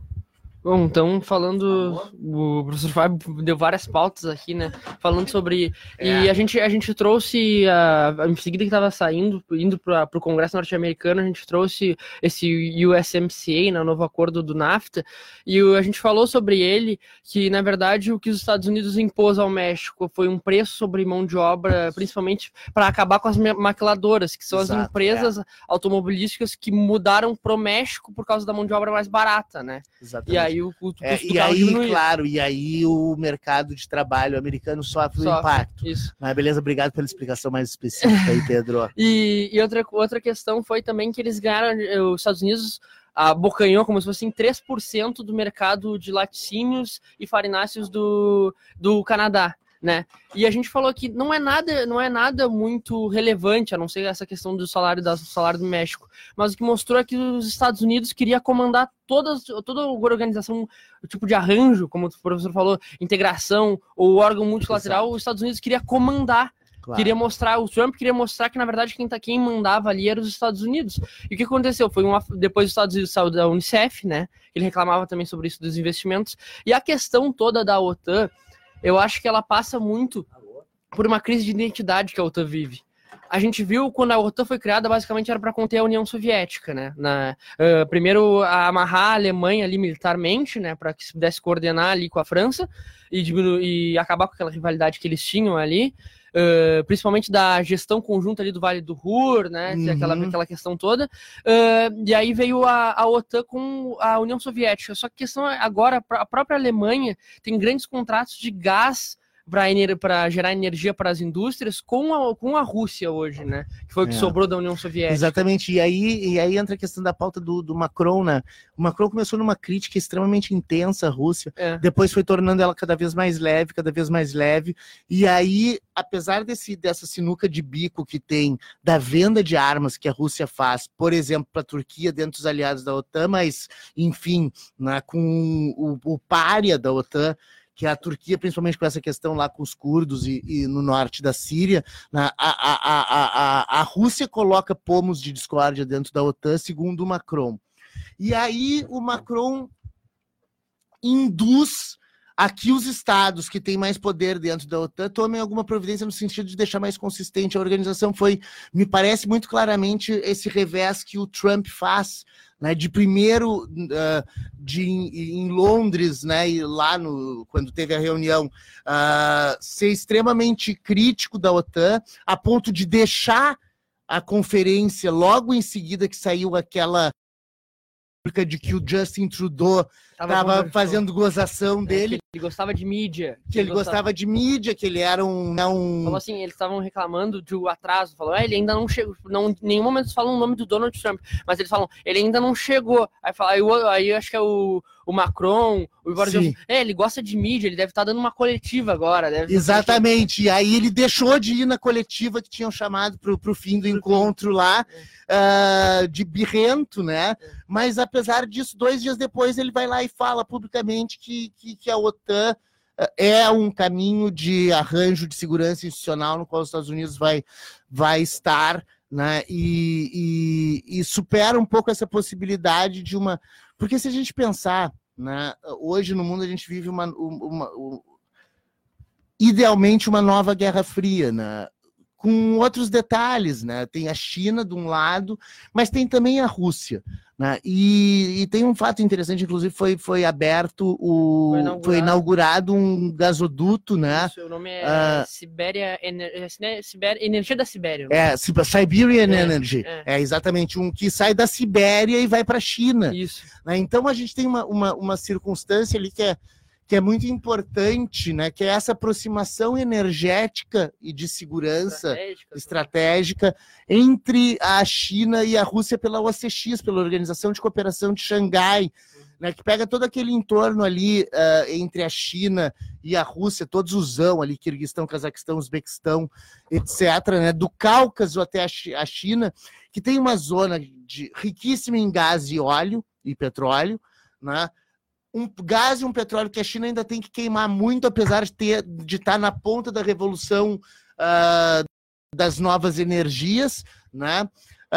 Bom, então, falando, o professor Fábio deu várias pautas aqui, né, falando sobre, é. e a gente, a gente trouxe, a, em seguida que estava saindo, indo para o Congresso norte-americano, a gente trouxe esse U S M C A, né, o novo acordo do NAFTA, e a gente falou sobre ele, que, na verdade, o que os Estados Unidos impôs ao México foi um preço sobre mão de obra, principalmente para acabar com as maquiladoras, que são Exato, as empresas é. automobilísticas que mudaram para o México por causa da mão de obra mais barata, né, Exatamente. E aí o custo é, e aí, diminuir. Claro, e aí o mercado de trabalho americano sofre, sofre o impacto. Isso. Mas beleza, obrigado pela explicação mais específica aí, Pedro. e e outra, outra questão foi também que eles ganharam, os Estados Unidos abocanhou como se fossem três por cento do mercado de laticínios e farináceos do, do Canadá. Né? E a gente falou que não é nada, não é nada muito relevante, a não ser essa questão do salário, do salário do México, mas o que mostrou é que os Estados Unidos queria comandar todas, toda a organização, o tipo de arranjo, como o professor falou, integração ou órgão multilateral, Exato. Os Estados Unidos queria comandar. Claro. Queria mostrar, o Trump queria mostrar que, na verdade, quem, tá, quem mandava ali era os Estados Unidos. E o que aconteceu? Foi uma, depois os Estados Unidos saiu da Unicef, né? Ele reclamava também sobre isso dos investimentos. E a questão toda da OTAN, eu acho que ela passa muito por uma crise de identidade que a OTAN vive. A gente viu quando a OTAN foi criada, basicamente era para conter a União Soviética, né? Na, uh, primeiro, a amarrar a Alemanha ali militarmente, né? Para que se pudesse coordenar ali com a França e, diminuir, e acabar com aquela rivalidade que eles tinham ali. Uh, principalmente da gestão conjunta ali do Vale do Ruhr, né, uhum. aquela, aquela questão toda, uh, e aí veio a, a OTAN com a União Soviética, só que a questão é agora, a própria Alemanha tem grandes contratos de gás para gerar energia para as indústrias com a, com a Rússia hoje, né? Que foi o que é. sobrou da União Soviética. Exatamente, e aí, e aí entra a questão da pauta do, do Macron, né? O Macron começou numa crítica extremamente intensa à Rússia, é. depois foi tornando ela cada vez mais leve, cada vez mais leve, e aí, apesar desse, dessa sinuca de bico que tem da venda de armas que a Rússia faz, por exemplo, para a Turquia, dentro dos aliados da OTAN, mas, enfim, né, com o, o pária da OTAN, que a Turquia, principalmente com essa questão lá com os curdos e, e no norte da Síria, né, a, a, a, a, a Rússia coloca pomos de discórdia dentro da OTAN, segundo o Macron. E aí o Macron induz a que os estados que têm mais poder dentro da OTAN tomem alguma providência no sentido de deixar mais consistente a organização. Foi, me parece muito claramente esse revés que o Trump faz, né, de primeiro uh, de, em, em Londres, né, e lá no, quando teve a reunião, uh, ser extremamente crítico da OTAN, a ponto de deixar a conferência logo em seguida que saiu aquela de que o Justin Trudeau Tava tava conversando. fazendo gozação É, dele, que ele gostava de mídia. que ele gostava de mídia, que ele era um... né, um... Falou assim, eles estavam reclamando de o atraso. Falou, é, ele ainda não chegou. Não, em nenhum momento eles falam o nome do Donald Trump, mas eles falam, ele ainda não chegou. Aí, fala, aí, o- aí eu acho que é o, o Macron, o Boris Sim. Johnson. É, ele gosta de mídia, ele deve estar dando uma coletiva agora. Deve Exatamente, e aí ele deixou de ir na coletiva que tinham chamado para o fim do encontro lá, ah, de birrento, né? Mas apesar disso, dois dias depois ele vai lá e fala publicamente que, que, que a OTAN ah, é um caminho de arranjo de segurança institucional no qual os Estados Unidos vai, vai estar, né? E, e, e supera um pouco essa possibilidade de uma... Porque se a gente pensar, né, hoje no mundo a gente vive uma, uma, uma idealmente uma nova Guerra Fria, né? Com outros detalhes, né? Tem a China de um lado, mas tem também a Rússia, né? E, e tem um fato interessante, inclusive foi, foi aberto o Foi foi inaugurado. inaugurado, um gasoduto, né? Isso, o nome é Ah. Sibéria, Ener... é, Sibéria, Energia da Sibéria. É, Sib- Siberian É, Energy, é. é exatamente um que sai da Sibéria e vai para a China. Isso. Né? Então a gente tem uma, uma, uma circunstância ali que é, que é muito importante, né? Que é essa aproximação energética e de segurança Estratégica. estratégica entre a China e a Rússia pela O C X, pela Organização de Cooperação de Xangai, né, que pega todo aquele entorno ali ah, entre a China e a Rússia, todos os zão ali, Quirguistão, Cazaquistão, Uzbequistão, etcétera, né, do Cáucaso até a Chi- a China, que tem uma zona de, riquíssima em gás e óleo e petróleo, né, um gás e um petróleo que a China ainda tem que queimar muito, apesar de ter de estar na ponta da revolução ah, das novas energias, né?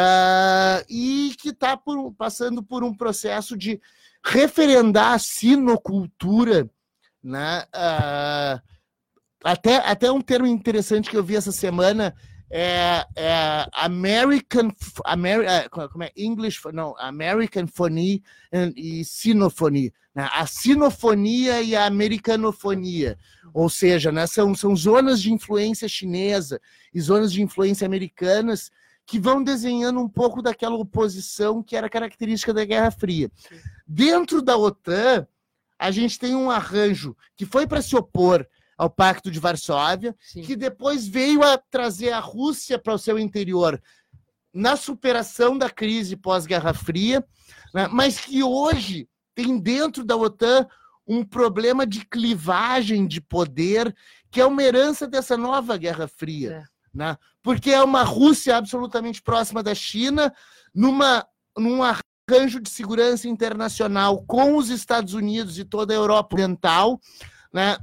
Ah, e que está passando por um processo de referendar a sinocultura, né? Ah, até, até um termo interessante que eu vi essa semana é, é American, Ameri, é, como é? English, não, American Phony e Sinophony, né? A sinofonia e a americanofonia, ou seja, né, são, são zonas de influência chinesa e zonas de influência americanas que vão desenhando um pouco daquela oposição que era característica da Guerra Fria. Dentro da OTAN, a gente tem um arranjo que foi para se opor ao Pacto de Varsóvia, Sim. que depois veio a trazer a Rússia para o seu interior na superação da crise pós-Guerra Fria, né, mas que hoje tem dentro da OTAN um problema de clivagem de poder, que é uma herança dessa nova Guerra Fria. É. Né? Porque é uma Rússia absolutamente próxima da China, numa, num arranjo de segurança internacional com os Estados Unidos e toda a Europa Oriental, né?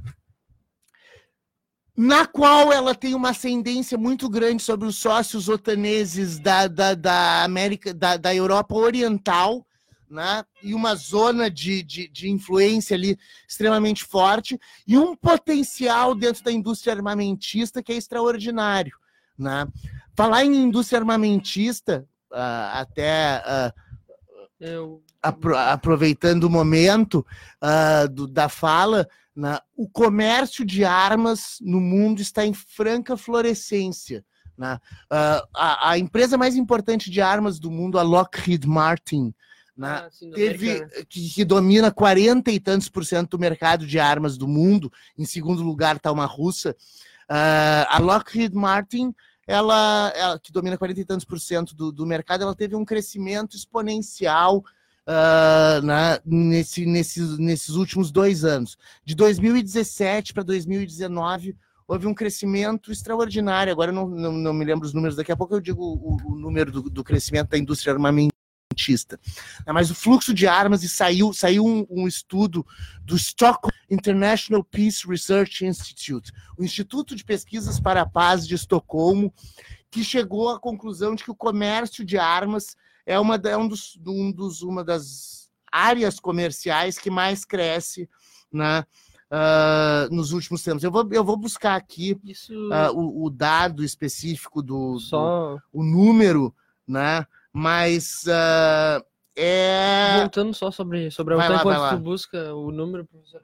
Na qual ela tem uma ascendência muito grande sobre os sócios otaneses da, da, da América, da, da Europa Oriental, né? E uma zona de, de, de influência ali extremamente forte, e um potencial dentro da indústria armamentista que é extraordinário, né? Falar em indústria armamentista, uh, até uh, Eu... apro aproveitando o momento uh, do, da fala, né, o comércio de armas no mundo está em franca florescência. Né? Uh, a, a empresa mais importante de armas do mundo, a Lockheed Martin, né, Ah, sim, do teve, americano. que, que domina quarenta e tantos por cento do mercado de armas do mundo. Em segundo lugar está uma russa. Uh, a Lockheed Martin, ela, ela, que domina quarenta e tantos por cento do, do mercado, ela teve um crescimento exponencial Uh, né, nesse, nesses, nesses últimos dois anos. De dois mil e dezessete para dois mil e dezenove, houve um crescimento extraordinário. Agora eu não, não, não me lembro os números, daqui a pouco eu digo o, o número do, do crescimento da indústria armamentista. Mas o fluxo de armas, e saiu, saiu um, um estudo do Stockholm International Peace Research Institute, o Instituto de Pesquisas para a Paz de Estocolmo, que chegou à conclusão de que o comércio de armas é uma, é um dos, um dos, uma das áreas comerciais que mais cresce, né, uh, nos últimos tempos. Eu vou, eu vou buscar aqui Isso uh, o, o dado específico do, do só o número, né? Mas uh, é voltando só sobre sobre a Vai OTAN, lá, vai enquanto lá. tu busca o número, professor.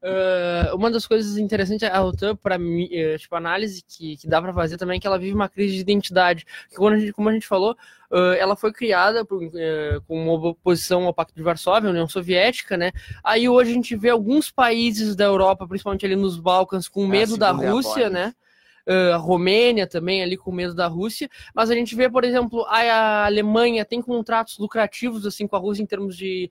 Uh, uma das coisas interessantes a OTAN, para mim, uh, tipo, a análise que, que dá para fazer também é que ela vive uma crise de identidade. Que quando a gente, como a gente falou, uh, ela foi criada por, uh, com uma oposição ao Pacto de Varsóvia, a União Soviética, né? Aí hoje a gente vê alguns países da Europa, principalmente ali nos Balcãs, com medo da Rússia, né? Uh, a Romênia também ali com medo da Rússia, mas a gente vê, por exemplo, a, a Alemanha tem contratos lucrativos assim com a Rússia em termos de,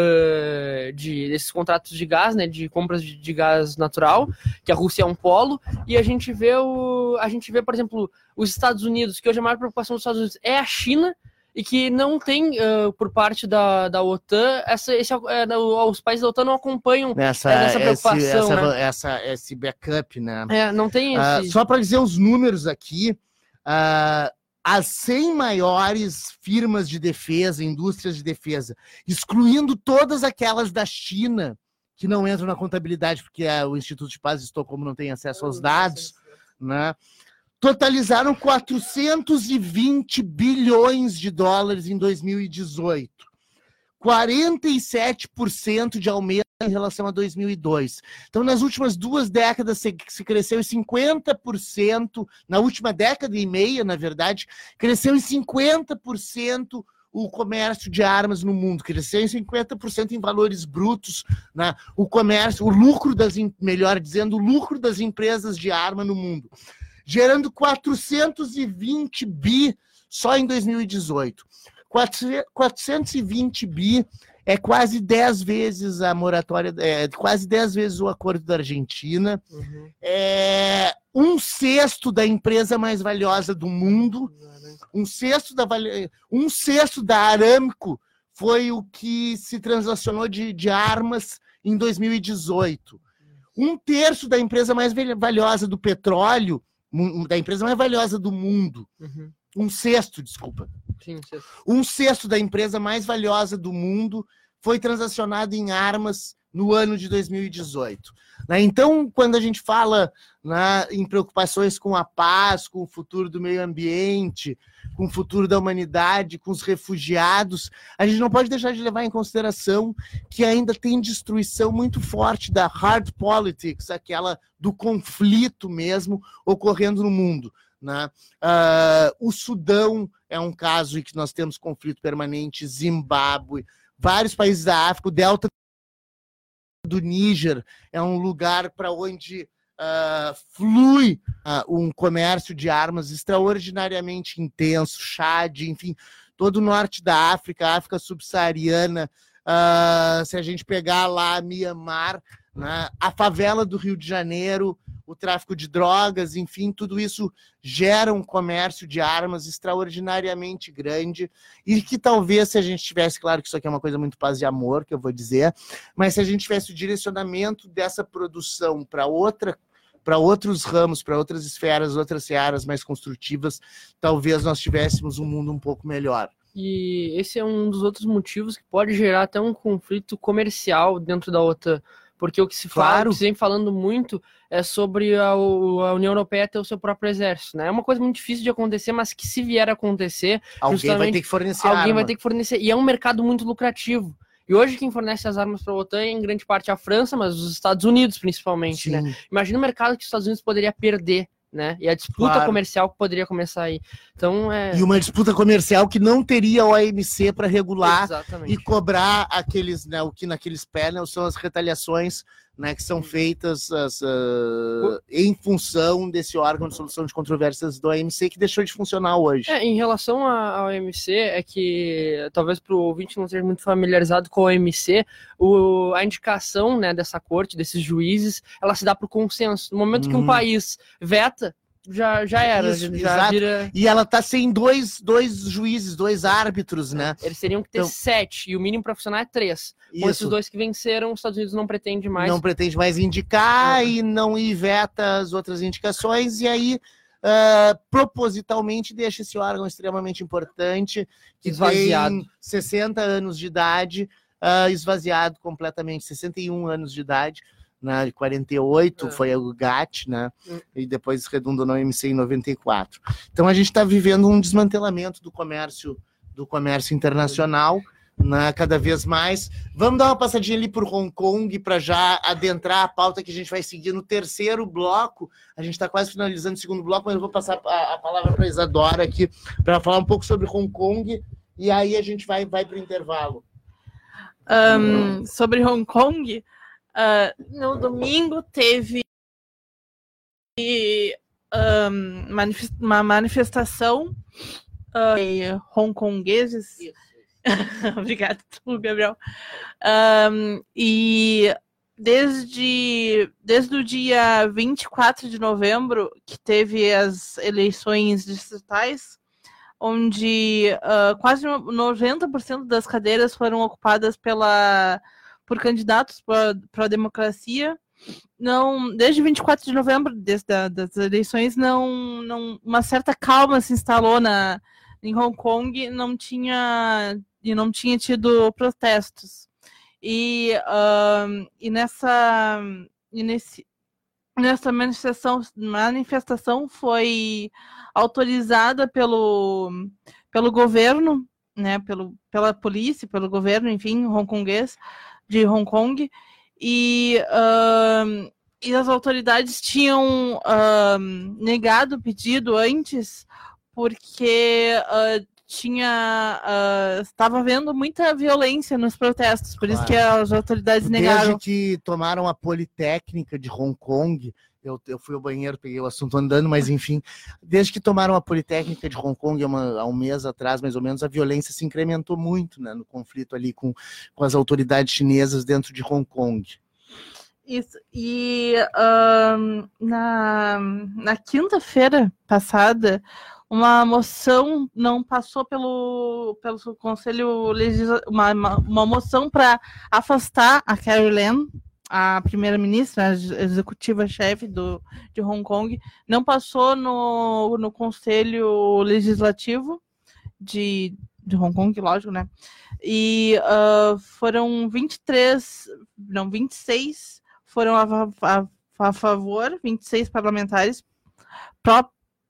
uh, de esses contratos de gás, né, de compras de, de gás natural, que a Rússia é um polo, e a gente vê o, a gente vê, por exemplo, os Estados Unidos, que hoje a maior preocupação dos Estados Unidos é a China, e que não tem, uh, por parte da, da OTAN, essa, esse, uh, os países da OTAN não acompanham essa, essa preocupação, esse, essa, né? essa, esse backup, né? É, não tem esse... Uh, só para dizer os números aqui, uh, as cem maiores firmas de defesa, indústrias de defesa, excluindo todas aquelas da China, que não entram na contabilidade, porque uh, o Instituto de Paz de Estocolmo não tem acesso aos dados, né? Totalizaram quatrocentos e vinte bilhões de dólares em dois mil e dezoito. quarenta e sete por cento de aumento em relação a dois mil e dois. Então, nas últimas duas décadas, se, se cresceu em cinquenta por cento, na última década e meia, na verdade, cresceu em cinquenta por cento o comércio de armas no mundo, cresceu em cinquenta por cento em valores brutos, né? O comércio, o lucro das, melhor dizendo, o lucro das empresas de arma no mundo, gerando quatrocentos e vinte bi só em dois mil e dezoito. quatrocentos e vinte bi é quase dez vezes a moratória, é quase dez vezes o acordo da Argentina. Uhum. É um sexto da empresa mais valiosa do mundo, um sexto da, um sexto da Aramco foi o que se transacionou de, de armas em dois mil e dezoito. Um terço da empresa mais valiosa do petróleo, da empresa mais valiosa do mundo, uhum. um sexto, desculpa, Sim, sexto. um sexto da empresa mais valiosa do mundo foi transacionado em armas no ano de dois mil e dezoito. Então, quando a gente fala, né, em preocupações com a paz, com o futuro do meio ambiente, com o futuro da humanidade, com os refugiados, a gente não pode deixar de levar em consideração que ainda tem destruição muito forte da hard politics, aquela do conflito mesmo, ocorrendo no mundo, né? Uh, o Sudão é um caso em que nós temos conflito permanente, Zimbábue, vários países da África, o delta do Níger é um lugar para onde uh, flui uh, um comércio de armas extraordinariamente intenso, Chad, enfim, todo o norte da África, África subsaariana, uh, se a gente pegar lá Mianmar, né, a favela do Rio de Janeiro, o tráfico de drogas, enfim, tudo isso gera um comércio de armas extraordinariamente grande e que talvez, se a gente tivesse, claro que isso aqui é uma coisa muito paz e amor, que eu vou dizer, mas se a gente tivesse o direcionamento dessa produção para outra, para outros ramos, para outras esferas, outras searas mais construtivas, talvez nós tivéssemos um mundo um pouco melhor. E esse é um dos outros motivos que pode gerar até um conflito comercial dentro da OTAN. Porque o que se fala, claro. o que se vem falando muito é sobre a, a União Europeia ter o seu próprio exército, né? É uma coisa muito difícil de acontecer, mas que se vier a acontecer, alguém vai ter que fornecer alguém arma. vai ter que fornecer. E é um mercado muito lucrativo. E hoje quem fornece as armas para a OTAN é em grande parte a França, mas os Estados Unidos principalmente, Sim. né? Imagina o mercado que os Estados Unidos poderia perder, né? E a disputa claro. comercial que poderia começar aí. Então, é... E uma disputa comercial que não teria o A M C para regular Exatamente. e cobrar aqueles, né, o que naqueles panels são as retaliações, né, que são feitas as, uh, em função desse órgão de solução de controvérsias do A M C que deixou de funcionar hoje. É, em relação ao A M C, é que talvez para o ouvinte não esteja muito familiarizado com o A M C, o, a indicação, né, dessa corte, desses juízes, ela se dá por consenso. No momento hum. que um país veta, já, já era, Isso, já vira... E ela tá sem dois, dois juízes, dois árbitros, né? Eles teriam que ter então... sete, e o mínimo para funcionar é três. Com esses dois que venceram, os Estados Unidos não pretende mais... Não pretende mais indicar uhum. e não e veta as outras indicações, e aí uh, propositalmente deixa esse órgão extremamente importante, que esvaziado. tem sessenta anos de idade, uh, esvaziado completamente, sessenta e um anos de idade, né, de quarenta e oito, é. foi o G A T, né, hum. e depois redundou no A M C em noventa e quatro. Então a gente está vivendo um desmantelamento do comércio, do comércio internacional, né, cada vez mais. Vamos dar uma passadinha ali por Hong Kong para já adentrar a pauta que a gente vai seguir no terceiro bloco. A gente está quase finalizando o segundo bloco, mas eu vou passar a, a palavra para a Isadora aqui para falar um pouco sobre Hong Kong e aí a gente vai, vai para o intervalo. Um, sobre Hong Kong, uh, no domingo teve um, manifest- uma manifestação uh, de hongkongueses. Obrigada, Gabriel. Um, e desde, desde o dia vinte e quatro de novembro, que teve as eleições distritais, onde uh, quase noventa por cento das cadeiras foram ocupadas pela, por candidatos para a democracia. Não, desde vinte e quatro de novembro, desde a, das eleições, não, não, uma certa calma se instalou na, em Hong Kong, não tinha, e não tinha tido protestos. E, uh, e nessa, e nesse, nessa manifestação, manifestação foi autorizada pelo, pelo governo, né, pelo, pela polícia, pelo governo, enfim, hongkonguês, de Hong Kong, e, uh, e as autoridades tinham uh, negado o pedido antes, porque uh, tinha, uh, estava havendo muita violência nos protestos, por claro. Isso que as autoridades negaram. Desde que tomaram a Politécnica de Hong Kong, eu, eu fui ao banheiro, peguei o assunto andando, mas enfim, desde que tomaram a Politécnica de Hong Kong, há, uma, há um mês atrás, mais ou menos, a violência se incrementou muito, né, no conflito ali com, com as autoridades chinesas dentro de Hong Kong. Isso, e um, na, na quinta-feira passada, uma moção não passou pelo, pelo Conselho Legislativo, uma, uma, uma moção para afastar a Carrie Lam, a primeira-ministra, a executiva-chefe de Hong Kong, não passou no, no Conselho Legislativo de, de Hong Kong, lógico, né? E uh, foram vinte e três, não, vinte e seis foram a, a, a favor, vinte e seis parlamentares pró,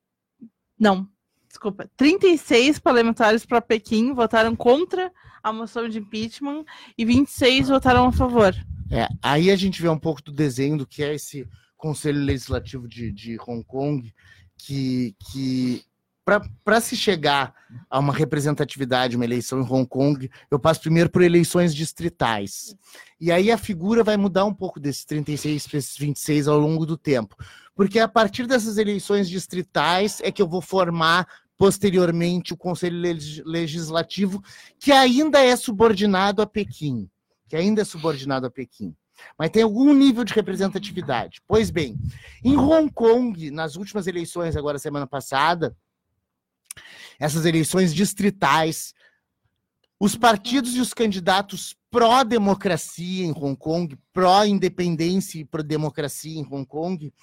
não, desculpa, trinta e seis parlamentares para Pequim votaram contra a moção de impeachment e vinte e seis votaram a favor. É, aí a gente vê um pouco do desenho do que é esse Conselho Legislativo de, de Hong Kong, que, que para se chegar a uma representatividade, uma eleição em Hong Kong, eu passo primeiro por eleições distritais. E aí a figura vai mudar um pouco desses trinta e seis para esses vinte e seis ao longo do tempo. Porque a partir dessas eleições distritais é que eu vou formar posteriormente o Conselho Legislativo, que ainda é subordinado a Pequim. que ainda é subordinado a Pequim, mas tem algum nível de representatividade. Pois bem, em Hong Kong, nas últimas eleições, agora semana passada, essas eleições distritais, os partidos e os candidatos pró-democracia em Hong Kong, pró-independência e pró-democracia em Hong Kong,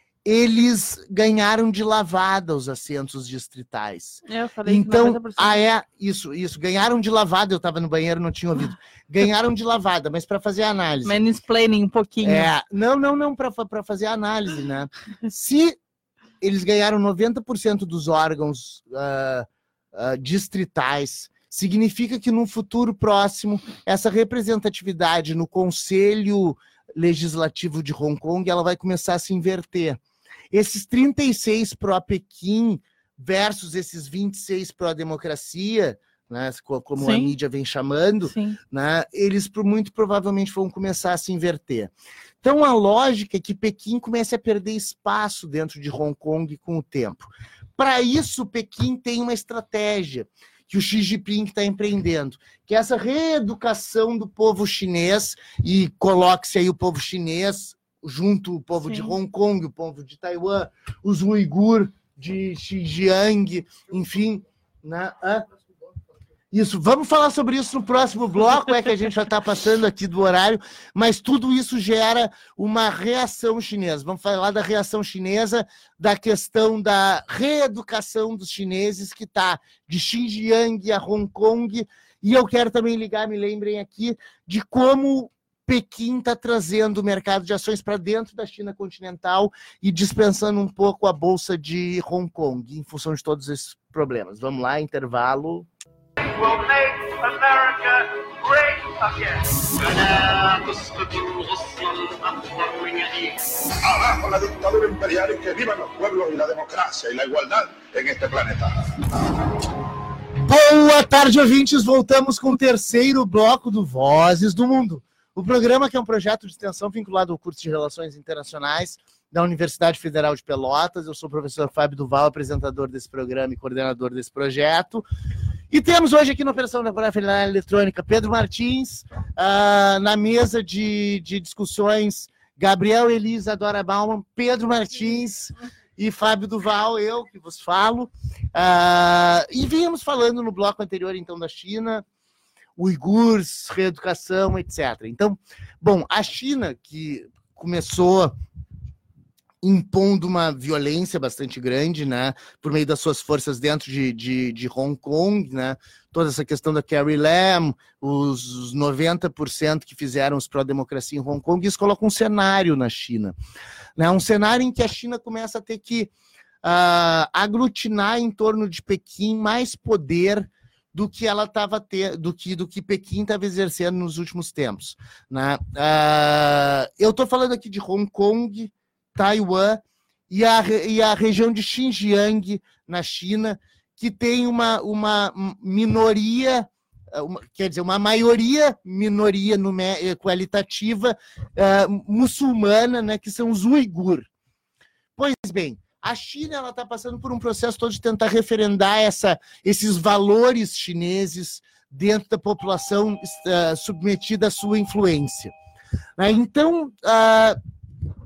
eles ganharam de lavada os assentos distritais. Eu falei então, noventa por cento. ah, é, isso, isso, ganharam de lavada, eu estava no banheiro, não tinha ouvido. Ganharam de lavada, mas para fazer a análise. Mansplaining um pouquinho. É, não, não, não, para fazer a análise, né? Se eles ganharam noventa por cento dos órgãos uh, uh, distritais, significa que no futuro próximo, essa representatividade no Conselho Legislativo de Hong Kong, ela vai começar a se inverter. Esses trinta e seis pró-Pequim versus esses vinte e seis pró-democracia, né, como Sim. a mídia vem chamando, né, eles muito provavelmente vão começar a se inverter. Então, a lógica é que Pequim comece a perder espaço dentro de Hong Kong com o tempo. Para isso, Pequim tem uma estratégia que o Xi Jinping está empreendendo, que é essa reeducação do povo chinês, e coloque-se aí o povo chinês junto o povo Sim. de Hong Kong, o povo de Taiwan, os uigur de Xinjiang, enfim, né? Ah, isso, vamos falar sobre isso no próximo bloco, é que a gente já está passando aqui do horário, mas tudo isso gera uma reação chinesa. Vamos falar da reação chinesa, da questão da reeducação dos chineses, que está de Xinjiang a Hong Kong, e eu quero também ligar, me lembrem aqui, de como Pequim está trazendo o mercado de ações para dentro da China continental e dispensando um pouco a bolsa de Hong Kong, em função de todos esses problemas. Vamos lá, intervalo. will make America great again. Abajo la dictadura imperial y que vivan los pueblos y la democracia y la igualdad en este planeta. Boa tarde, ouvintes. Voltamos com o terceiro bloco do Vozes do Mundo. O programa, que é um projeto de extensão vinculado ao curso de Relações Internacionais da Universidade Federal de Pelotas. Eu sou o professor Fábio Duval, apresentador desse programa e coordenador desse projeto. E temos hoje aqui na Operação Temporária Eletrônica Pedro Martins, uh, na mesa de, de discussões, Gabriel Elisa Dora Bauman, Pedro Martins e Fábio Duval, eu que vos falo. Uh, e vínhamos falando no bloco anterior, então, da China, uigures, reeducação, etcétera. Então, bom, a China, que começou impondo uma violência bastante grande, né, por meio das suas forças dentro de, de, de Hong Kong, né, toda essa questão da Carrie Lam, os noventa por cento que fizeram os pró-democracia em Hong Kong, isso coloca um cenário na China, né, um cenário em que a China começa a ter que uh, aglutinar em torno de Pequim mais poder do que ela estava ter, do que do que Pequim estava exercendo nos últimos tempos, né? Uh, eu estou falando aqui de Hong Kong, Taiwan e a, e a região de Xinjiang, na China, que tem uma, uma minoria, uma, quer dizer, uma maioria minoria numé, qualitativa uh, muçulmana, né, que são os uigur. Pois bem, a China ela está passando por um processo todo de tentar referendar essa, esses valores chineses dentro da população uh, submetida à sua influência. Uh, então, uh,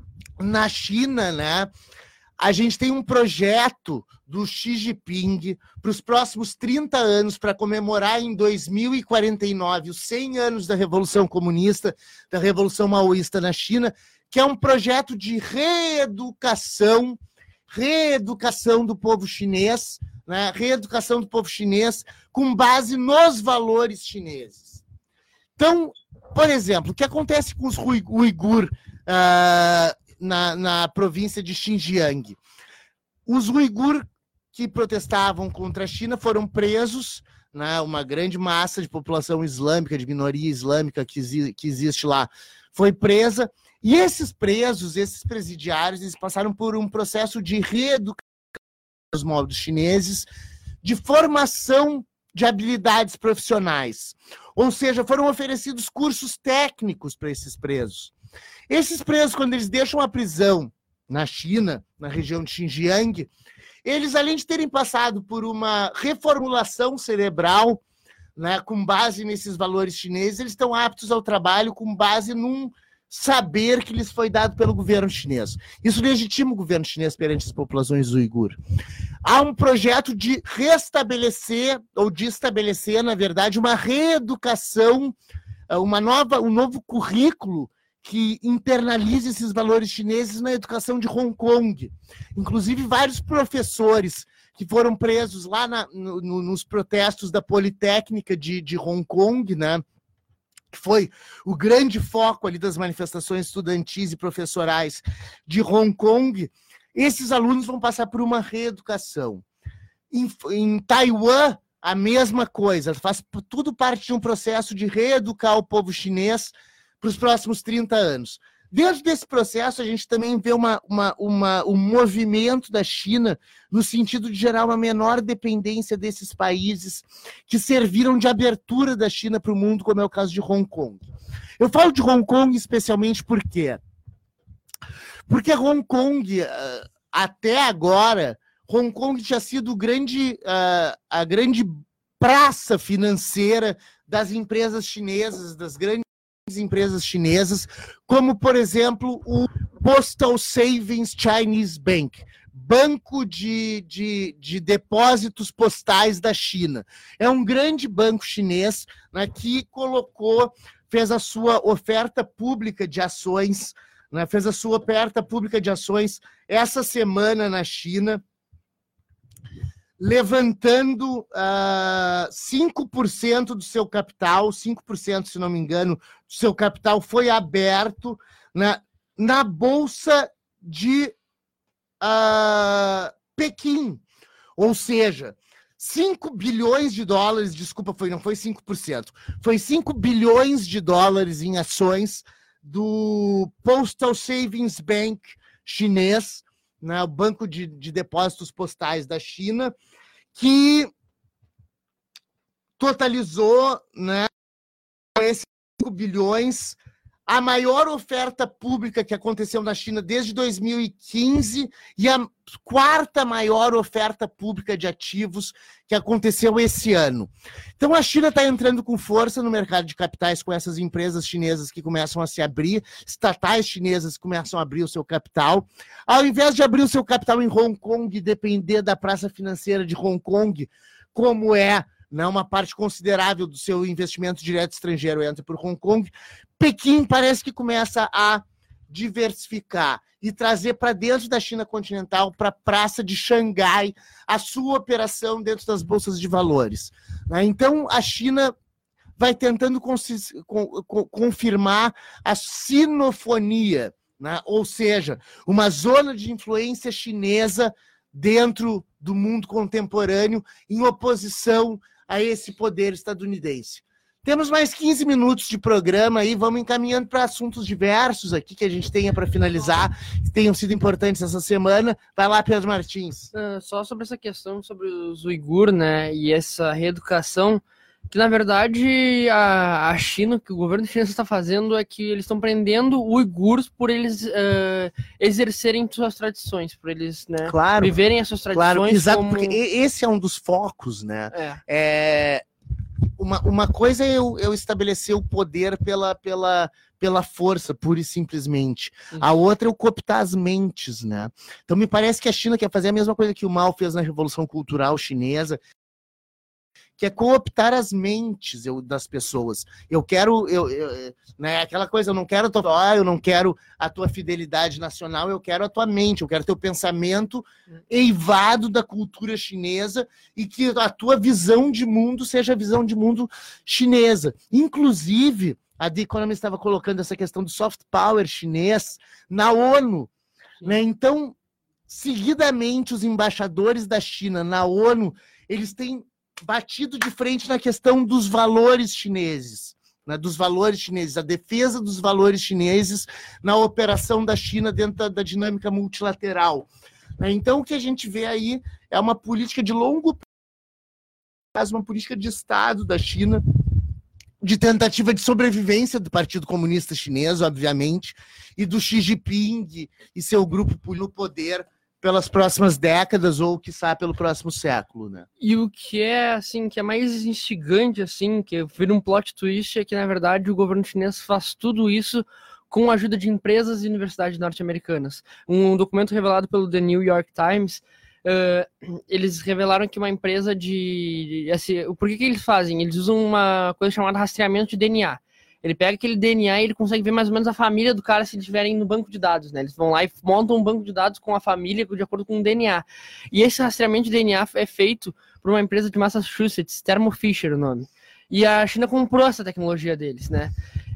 na China, né, a gente tem um projeto do Xi Jinping para os próximos trinta anos, para comemorar em dois mil e quarenta e nove os cem anos da Revolução Comunista, da Revolução Maoísta na China, que é um projeto de reeducação, reeducação do povo chinês, né, reeducação do povo chinês com base nos valores chineses. Então, por exemplo, o que acontece com os uigur uh, Na, na província de Xinjiang? Os uigur que protestavam contra a China foram presos, né, uma grande massa de população islâmica, de minoria islâmica que, exi que existe lá, foi presa, e esses presos, esses presidiários, eles passaram por um processo de reeducação dos modos chineses, de formação de habilidades profissionais, ou seja, foram oferecidos cursos técnicos para esses presos. Esses presos, quando eles deixam a prisão na China, na região de Xinjiang, eles, além de terem passado por uma reformulação cerebral, né, com base nesses valores chineses, eles estão aptos ao trabalho com base num saber que lhes foi dado pelo governo chinês. Isso legitima o governo chinês perante as populações uigur. Há um projeto de restabelecer, ou de estabelecer, na verdade, uma reeducação, uma nova, um novo currículo que internalize esses valores chineses na educação de Hong Kong. Inclusive, vários professores que foram presos lá na, no, nos protestos da Politécnica de, de Hong Kong, né, que foi o grande foco ali das manifestações estudantis e professorais de Hong Kong, esses alunos vão passar por uma reeducação. Em, em Taiwan, a mesma coisa, faz tudo parte de um processo de reeducar o povo chinês para os próximos trinta anos. Dentro desse processo, a gente também vê uma, uma, uma, um movimento da China no sentido de gerar uma menor dependência desses países que serviram de abertura da China para o mundo, como é o caso de Hong Kong. Eu falo de Hong Kong especialmente por quê? Porque Hong Kong, até agora, Hong Kong tinha sido grande, a grande praça financeira das empresas chinesas, das grandes empresas chinesas, como, por exemplo, o Postal Savings Chinese Bank, Banco de, de, de Depósitos Postais da China. É um grande banco chinês, né, que colocou, fez a sua oferta pública de ações, né, fez a sua oferta pública de ações essa semana na China, levantando uh, cinco por cento do seu capital, cinco por cento, se não me engano, do seu capital foi aberto na, na Bolsa de uh, Pequim. Ou seja, cinco bilhões de dólares, desculpa, foi, não foi cinco por cento, foi cinco bilhões de dólares em ações do Postal Savings Bank chinês, né, o banco de, de depósitos postais da China, que totalizou, né, esses cinco bilhões, a maior oferta pública que aconteceu na China desde dois mil e quinze e a quarta maior oferta pública de ativos que aconteceu esse ano. Então a China está entrando com força no mercado de capitais com essas empresas chinesas que começam a se abrir, estatais chinesas que começam a abrir o seu capital. Ao invés de abrir o seu capital em Hong Kong e depender da praça financeira de Hong Kong, como é, né, uma parte considerável do seu investimento direto estrangeiro entra por Hong Kong, Pequim parece que começa a diversificar e trazer para dentro da China continental, para a praça de Xangai, a sua operação dentro das bolsas de valores. Né? Então, a China vai tentando confirmar a sinofonia, né? Ou seja, uma zona de influência chinesa dentro do mundo contemporâneo, em oposição a esse poder estadunidense. Temos mais quinze minutos de programa aí, vamos encaminhando para assuntos diversos aqui que a gente tenha para finalizar, que tenham sido importantes essa semana. Vai lá, Pedro Martins. Uh, só sobre essa questão sobre os uigur, né, e essa reeducação, que na verdade a, a China, que o governo chinês está fazendo é que eles estão prendendo uigures por eles uh, exercerem suas tradições, por eles, né, claro, viverem as suas tradições. Claro, exato, como... porque esse é um dos focos, né? É. é... Uma, uma coisa é eu, eu estabelecer o poder pela, pela, pela força, pura e simplesmente. Uhum. A outra é o cooptar as mentes, né? Então me parece que a China quer fazer a mesma coisa que o Mao fez na Revolução Cultural Chinesa, que é cooptar as mentes eu, das pessoas. Eu quero, eu, eu, né, aquela coisa, eu não quero, tua, eu não quero a tua fidelidade nacional, eu quero a tua mente, eu quero teu pensamento eivado da cultura chinesa e que a tua visão de mundo seja a visão de mundo chinesa. Inclusive, a The Economist estava colocando essa questão do soft power chinês na ONU. Né? Então, seguidamente, os embaixadores da China na ONU, eles têm batido de frente na questão dos valores chineses, né, dos valores chineses, a defesa dos valores chineses na operação da China dentro da, da dinâmica multilateral. Né, então, o que a gente vê aí é uma política de longo prazo, uma política de Estado da China, de tentativa de sobrevivência do Partido Comunista Chinês, obviamente, e do Xi Jinping e seu grupo no poder pelas próximas décadas ou, quiçá, pelo próximo século, né? E o que é, assim, que é mais instigante, assim, que vira um plot twist, é que, na verdade, o governo chinês faz tudo isso com a ajuda de empresas e universidades norte-americanas. Um documento revelado pelo The New York Times, uh, eles revelaram que uma empresa de... Assim, por que que eles fazem? Eles usam uma coisa chamada rastreamento de D N A. Ele pega aquele D N A e ele consegue ver mais ou menos a família do cara se eles estiverem no banco de dados, né? Eles vão lá e montam um banco de dados com a família de acordo com o D N A. E esse rastreamento de D N A é feito por uma empresa de Massachusetts, Thermo Fisher o nome. E a China comprou essa tecnologia deles, né?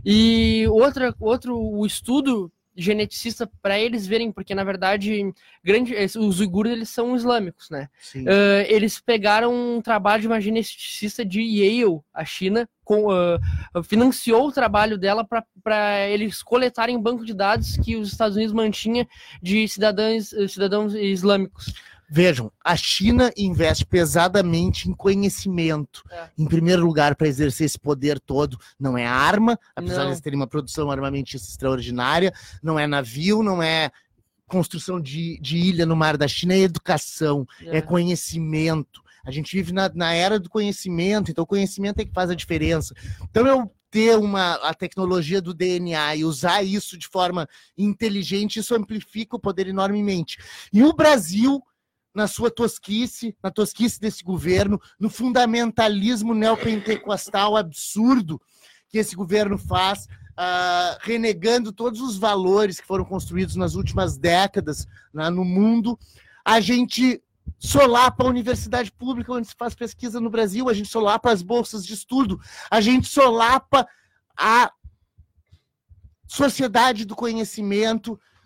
E outra, outro o estudo geneticista para eles verem, porque na verdade grande, os uigures eles são islâmicos, né? Uh, eles pegaram um trabalho de uma geneticista de Yale, a China, com, uh, financiou o trabalho dela para eles coletarem um banco de dados que os Estados Unidos mantinha de cidadãos, cidadãos islâmicos. Vejam, a China investe pesadamente em conhecimento, é. em primeiro lugar, para exercer esse poder todo. Não é arma, apesar não. de eles terem uma produção armamentista extraordinária, não é navio, não é construção de, de ilha no mar da China, é educação, é, é conhecimento. A gente vive na, na era do conhecimento, então o conhecimento é que faz a diferença. Então eu ter uma, a tecnologia do D N A e usar isso de forma inteligente, isso amplifica o poder enormemente. E o Brasil, na sua tosquice, na tosquice desse governo, no fundamentalismo neopentecostal absurdo que esse governo faz, uh, renegando todos os valores que foram construídos nas últimas décadas, né, no mundo, a gente solapa a universidade pública onde se faz pesquisa no Brasil, a gente solapa as bolsas de estudo, a gente solapa a sociedade do conhecimento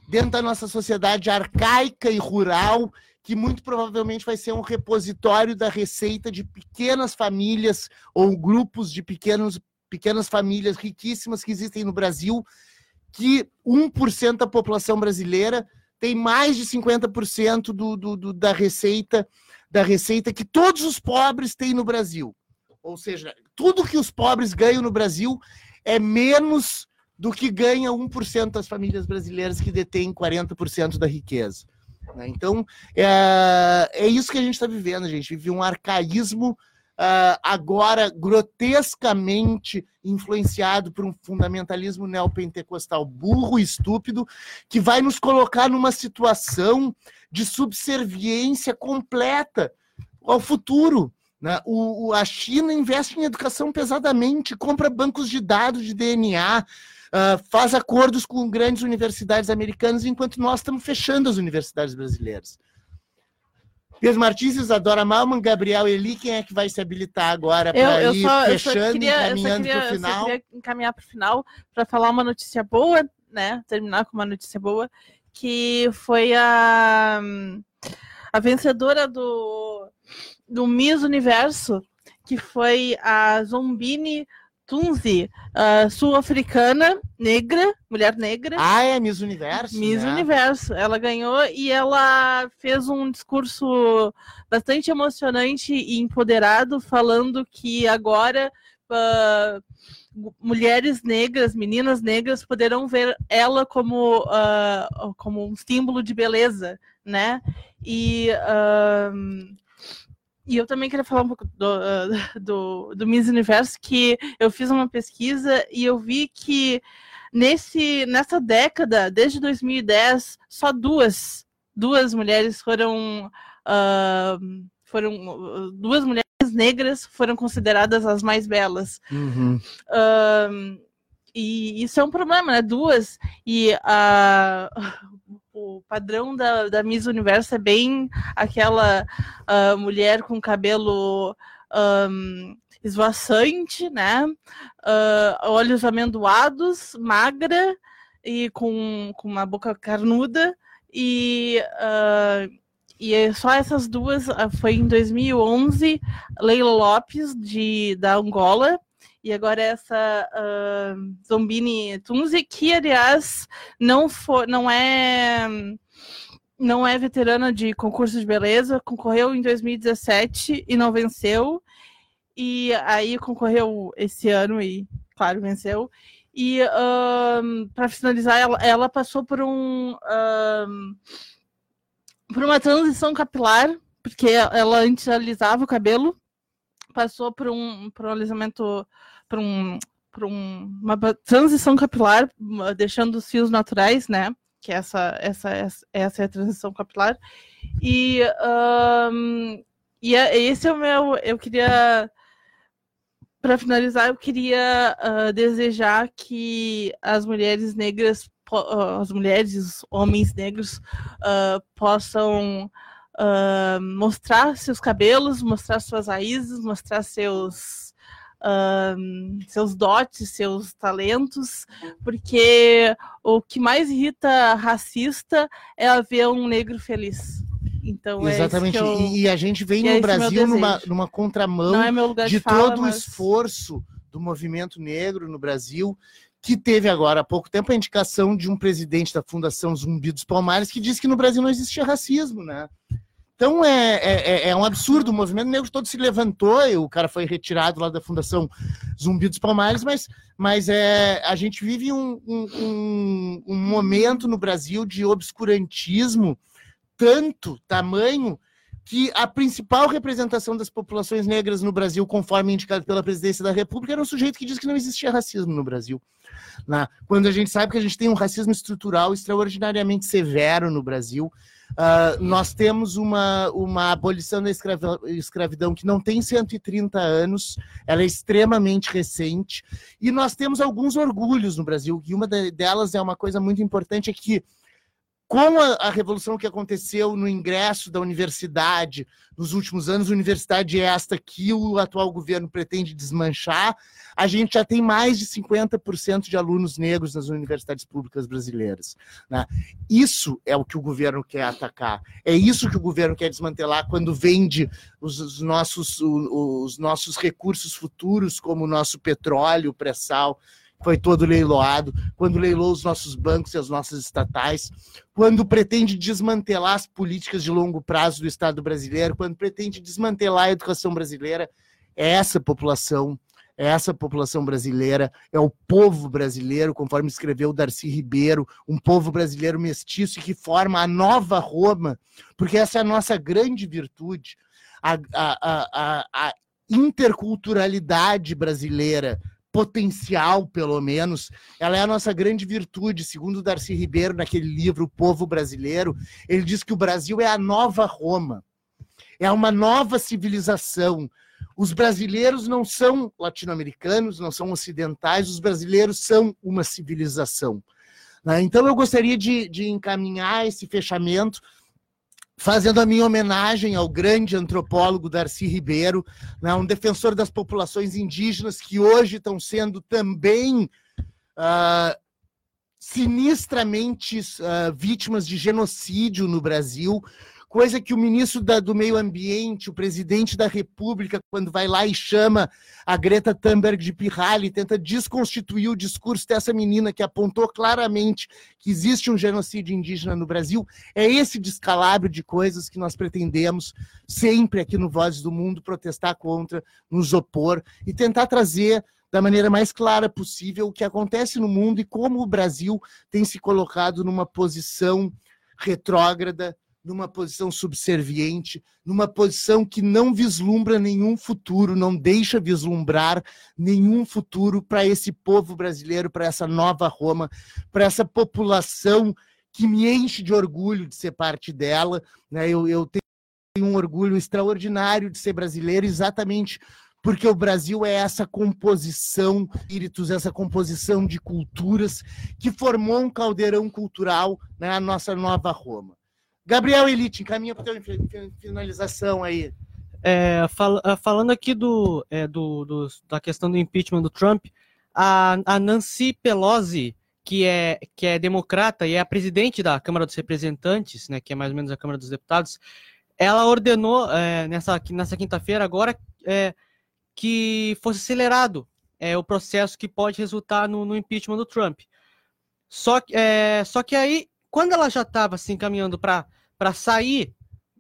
dentro da nossa sociedade arcaica e rural, que muito provavelmente vai ser um repositório da receita de pequenas famílias ou grupos de pequenos, pequenas famílias riquíssimas que existem no Brasil, que um por cento da população brasileira tem mais de cinquenta por cento do, do, do, da receita, da receita que todos os pobres têm no Brasil. Ou seja, tudo que os pobres ganham no Brasil é menos do que ganha um por cento das famílias brasileiras que detêm quarenta por cento da riqueza. Então, é, é isso que a gente está vivendo, a gente vive um arcaísmo uh, agora grotescamente influenciado por um fundamentalismo neopentecostal burro e estúpido, que vai nos colocar numa situação de subserviência completa ao futuro. Né? O, o, a China investe em educação pesadamente, compra bancos de dados de D N A, Uh, faz acordos com grandes universidades americanas, enquanto nós estamos fechando as universidades brasileiras. Pedro Martins, Isadora Malman, Gabriel Eli, quem é que vai se habilitar agora para ir só, fechando eu queria, e encaminhando para o final? Eu só queria encaminhar para o final para falar uma notícia boa, né? Terminar com uma notícia boa, que foi a, a vencedora do, do Miss Universo, que foi a Zombini Tunzi, uh, sul-africana, negra, mulher negra. Ah, é Miss Universo. Miss né? Universo. Ela ganhou e ela fez um discurso bastante emocionante e empoderado, falando que agora uh, mulheres negras, meninas negras, poderão ver ela como, uh, como um símbolo de beleza, né? E... Uh, E eu também queria falar um pouco do, do, do Miss Universo, que eu fiz uma pesquisa e eu vi que nesse, nessa década, desde dois mil e dez, só duas, duas mulheres foram, uh, foram duas mulheres negras foram consideradas as mais belas. Uhum. Uh, e isso é um problema, né? Duas. E a... Uh, o padrão da, da Miss Universo é bem aquela uh, mulher com cabelo um, esvoaçante, né? Uh, olhos amendoados, magra e com, com uma boca carnuda. E, uh, e só essas duas, uh, foi em dois mil e onze, Leila Lopes, de, da Angola, e agora essa uh, Zombini Tunzi, que, aliás, não, for, não, é, não é veterana de concurso de beleza, concorreu em dois mil e dezessete e não venceu. E aí concorreu esse ano e, claro, venceu. E, um, para finalizar, ela, ela passou por, um, um, por uma transição capilar, porque ela antes alisava o cabelo, passou por um, por um alisamento... para um, um, uma transição capilar, deixando os fios naturais, né? Que essa, essa, essa é a transição capilar. E, um, e esse é o meu... Eu queria... Para finalizar, eu queria uh, desejar que as mulheres negras, uh, as mulheres e os homens negros uh, possam uh, mostrar seus cabelos, mostrar suas raízes, mostrar seus... Um, seus dotes, seus talentos, porque o que mais irrita racista é ver um negro feliz. Então, exatamente, é eu... e a gente vem no Brasil numa, numa contramão é de, de fala, todo mas... o esforço do movimento negro no Brasil, que teve agora há pouco tempo a indicação de um presidente da Fundação Zumbi dos Palmares que disse que no Brasil não existia racismo, né? Então é, é, é um absurdo, o movimento negro todo se levantou, e o cara foi retirado lá da Fundação Zumbi dos Palmares, mas, mas é, a gente vive um, um, um momento no Brasil de obscurantismo, tanto tamanho, que a principal representação das populações negras no Brasil, conforme indicado pela Presidência da República, era um sujeito que diz que não existia racismo no Brasil. Né? Quando a gente sabe que a gente tem um racismo estrutural extraordinariamente severo no Brasil. Uh, nós temos uma, uma abolição da escravidão que não tem cento e trinta anos, ela é extremamente recente, e nós temos alguns orgulhos no Brasil, e uma delas é uma coisa muito importante, é que com a, a revolução que aconteceu no ingresso da universidade nos últimos anos, universidade esta que o atual governo pretende desmanchar, a gente já tem mais de cinquenta por cento de alunos negros nas universidades públicas brasileiras, né? Isso é o que o governo quer atacar, é isso que o governo quer desmantelar quando vende os, os, nossos, os, os nossos recursos futuros, como o nosso petróleo, o pré-sal, foi todo leiloado, quando leilou os nossos bancos e as nossas estatais, quando pretende desmantelar as políticas de longo prazo do Estado brasileiro, quando pretende desmantelar a educação brasileira. É essa população, é essa população brasileira, é o povo brasileiro, conforme escreveu Darcy Ribeiro, um povo brasileiro mestiço que forma a nova Roma, porque essa é a nossa grande virtude, a, a, a, a interculturalidade brasileira, potencial, pelo menos, ela é a nossa grande virtude. Segundo Darcy Ribeiro, naquele livro O Povo Brasileiro, ele diz que o Brasil é a nova Roma, é uma nova civilização. Os brasileiros não são latino-americanos, não são ocidentais, os brasileiros são uma civilização, né? Então eu gostaria de, de encaminhar esse fechamento fazendo a minha homenagem ao grande antropólogo Darcy Ribeiro, né, um defensor das populações indígenas que hoje estão sendo também uh, sinistramente uh, vítimas de genocídio no Brasil, coisa que o ministro da, do Meio Ambiente, o presidente da República, quando vai lá e chama a Greta Thunberg de pirralha e tenta desconstituir o discurso dessa menina que apontou claramente que existe um genocídio indígena no Brasil, é esse descalabro de coisas que nós pretendemos sempre aqui no Vozes do Mundo protestar contra, nos opor e tentar trazer da maneira mais clara possível o que acontece no mundo e como o Brasil tem se colocado numa posição retrógrada, numa posição subserviente, numa posição que não vislumbra nenhum futuro, não deixa vislumbrar nenhum futuro para esse povo brasileiro, para essa nova Roma, para essa população que me enche de orgulho de ser parte dela, né? Eu, eu tenho um orgulho extraordinário de ser brasileiro, exatamente porque o Brasil é essa composição de espíritos, essa composição de culturas que formou um caldeirão cultural, né? A nossa nova Roma. Gabriel Elite, encaminha para a finalização aí. É, fal, falando aqui do, é, do, do, da questão do impeachment do Trump, a, a Nancy Pelosi, que é, que é democrata e é a presidente da Câmara dos Representantes, né, que é mais ou menos a Câmara dos Deputados, ela ordenou é, nessa, nessa quinta-feira agora é, que fosse acelerado é, o processo que pode resultar no, no impeachment do Trump. Só, é, só que aí, quando ela já estava se encaminhando para para sair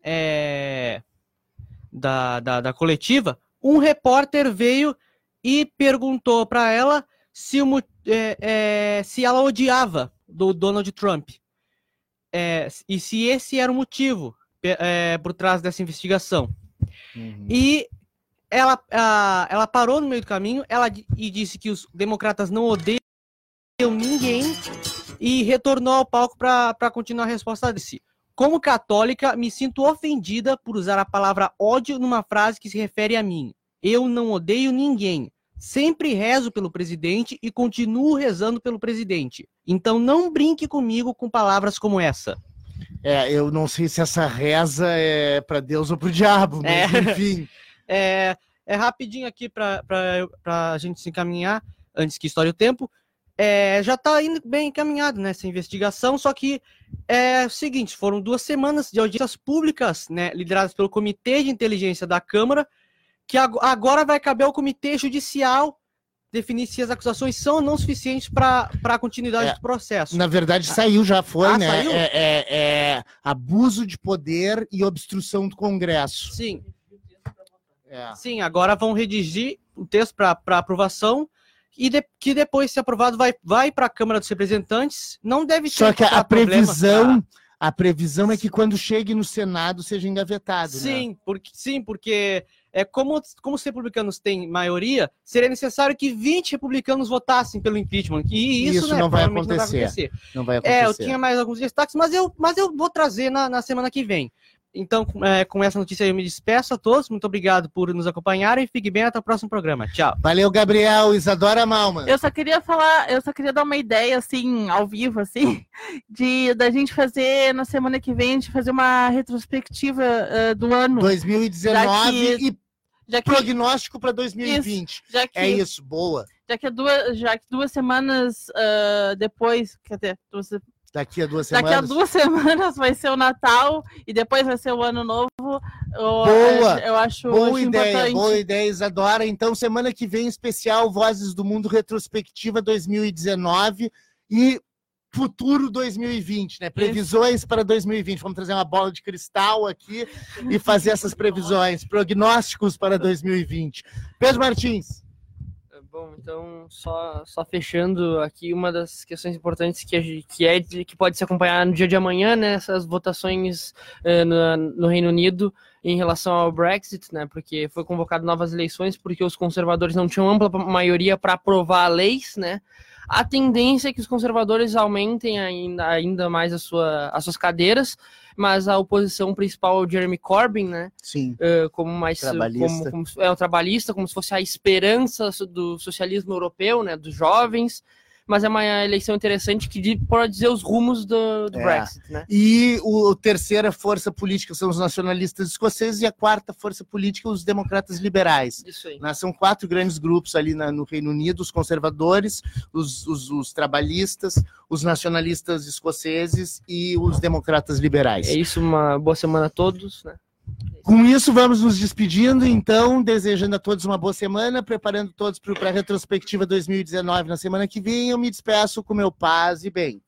é, da, da, da coletiva, um repórter veio e perguntou para ela se, o, é, é, se ela odiava do Donald Trump é, e se esse era o motivo é, por trás dessa investigação. Uhum. E ela, a, ela parou no meio do caminho ela, e disse que os democratas não odeiam ninguém e retornou ao palco para continuar a resposta desse. Como católica, me sinto ofendida por usar a palavra ódio numa frase que se refere a mim. Eu não odeio ninguém. Sempre rezo pelo presidente e continuo rezando pelo presidente. Então não brinque comigo com palavras como essa. É, eu não sei se essa reza é para Deus ou para o diabo, mas é, enfim. É, é rapidinho aqui para a gente se encaminhar, antes que estoure o tempo. É, já está indo bem encaminhado nessa investigação, só que é o seguinte, foram duas semanas de audiências públicas, né, lideradas pelo Comitê de Inteligência da Câmara, que agora vai caber ao Comitê Judicial definir se as acusações são ou não suficientes para a continuidade é, do processo. Na verdade, saiu, já foi, ah, né? Saiu? É, é, é abuso de poder e obstrução do Congresso. Sim. É. Sim, agora vão redigir o texto para aprovação, e de, que depois, se aprovado, vai, vai para a Câmara dos Representantes. Não deve ter. Só que a previsão, pra... a previsão é que quando chegue no Senado seja engavetado. Sim, né? porque, sim, porque é, como, como os republicanos têm maioria, seria necessário que vinte republicanos votassem pelo impeachment. E isso, isso né, não, vai acontecer. não vai acontecer. Não vai acontecer. É, eu tinha mais alguns destaques, mas eu, mas eu vou trazer na, na semana que vem. Então, é, com essa notícia eu me despeço a todos. Muito obrigado por nos acompanharem. Fique bem, até o próximo programa. Tchau. Valeu, Gabriel. Isadora Malman. Eu só queria falar, eu só queria dar uma ideia, assim, ao vivo, assim, de da gente fazer, na semana que vem, a gente fazer uma retrospectiva uh, do ano. dois mil e dezenove Já que- e Já que, prognóstico para dois mil e vinte. já que, É isso, boa. já que, duas, já que duas semanas uh, depois, quer dizer, duas, Daqui a duas daqui a semanas. duas semanas vai ser o Natal e depois vai ser o Ano Novo. Eu, Boa, eu acho, Boa acho ideia, importante. boa ideia, Isadora. Então, semana que vem, especial Vozes do Mundo Retrospectiva dois mil e dezenove e futuro dois mil e vinte, né? Previsões para dois mil e vinte. Vamos trazer uma bola de cristal aqui e fazer essas previsões, prognósticos para dois mil e vinte. Pedro Martins. Bom, então, só, só fechando aqui, uma das questões importantes que, a gente, que, é, de- que pode se acompanhar no dia de amanhã, né, essas votações eh, no, no Reino Unido em relação ao Brexit, né, porque foi convocado novas eleições, porque os conservadores não tinham ampla maioria para aprovar leis, né. A tendência é que os conservadores aumentem ainda, ainda mais a sua, as suas cadeiras, mas a oposição principal é o Jeremy Corbyn, né, Sim. Uh, como mais Trabalhista. como, como é o trabalhista, como se fosse a esperança do socialismo europeu, né, dos jovens, mas é uma eleição interessante que di- pode dizer os rumos do, do É. Brexit, né? E o, a terceira força política são os nacionalistas escoceses e a quarta força política os democratas liberais. Isso aí. Né, são quatro grandes grupos ali na- no Reino Unido, os conservadores, os, os- os trabalhistas, os nacionalistas escoceses e os democratas liberais. É isso, uma boa semana a todos, né? Com isso, vamos nos despedindo, então, desejando a todos uma boa semana, preparando todos para a retrospectiva dois mil e dezenove na semana que vem. Eu me despeço com meu paz e bem.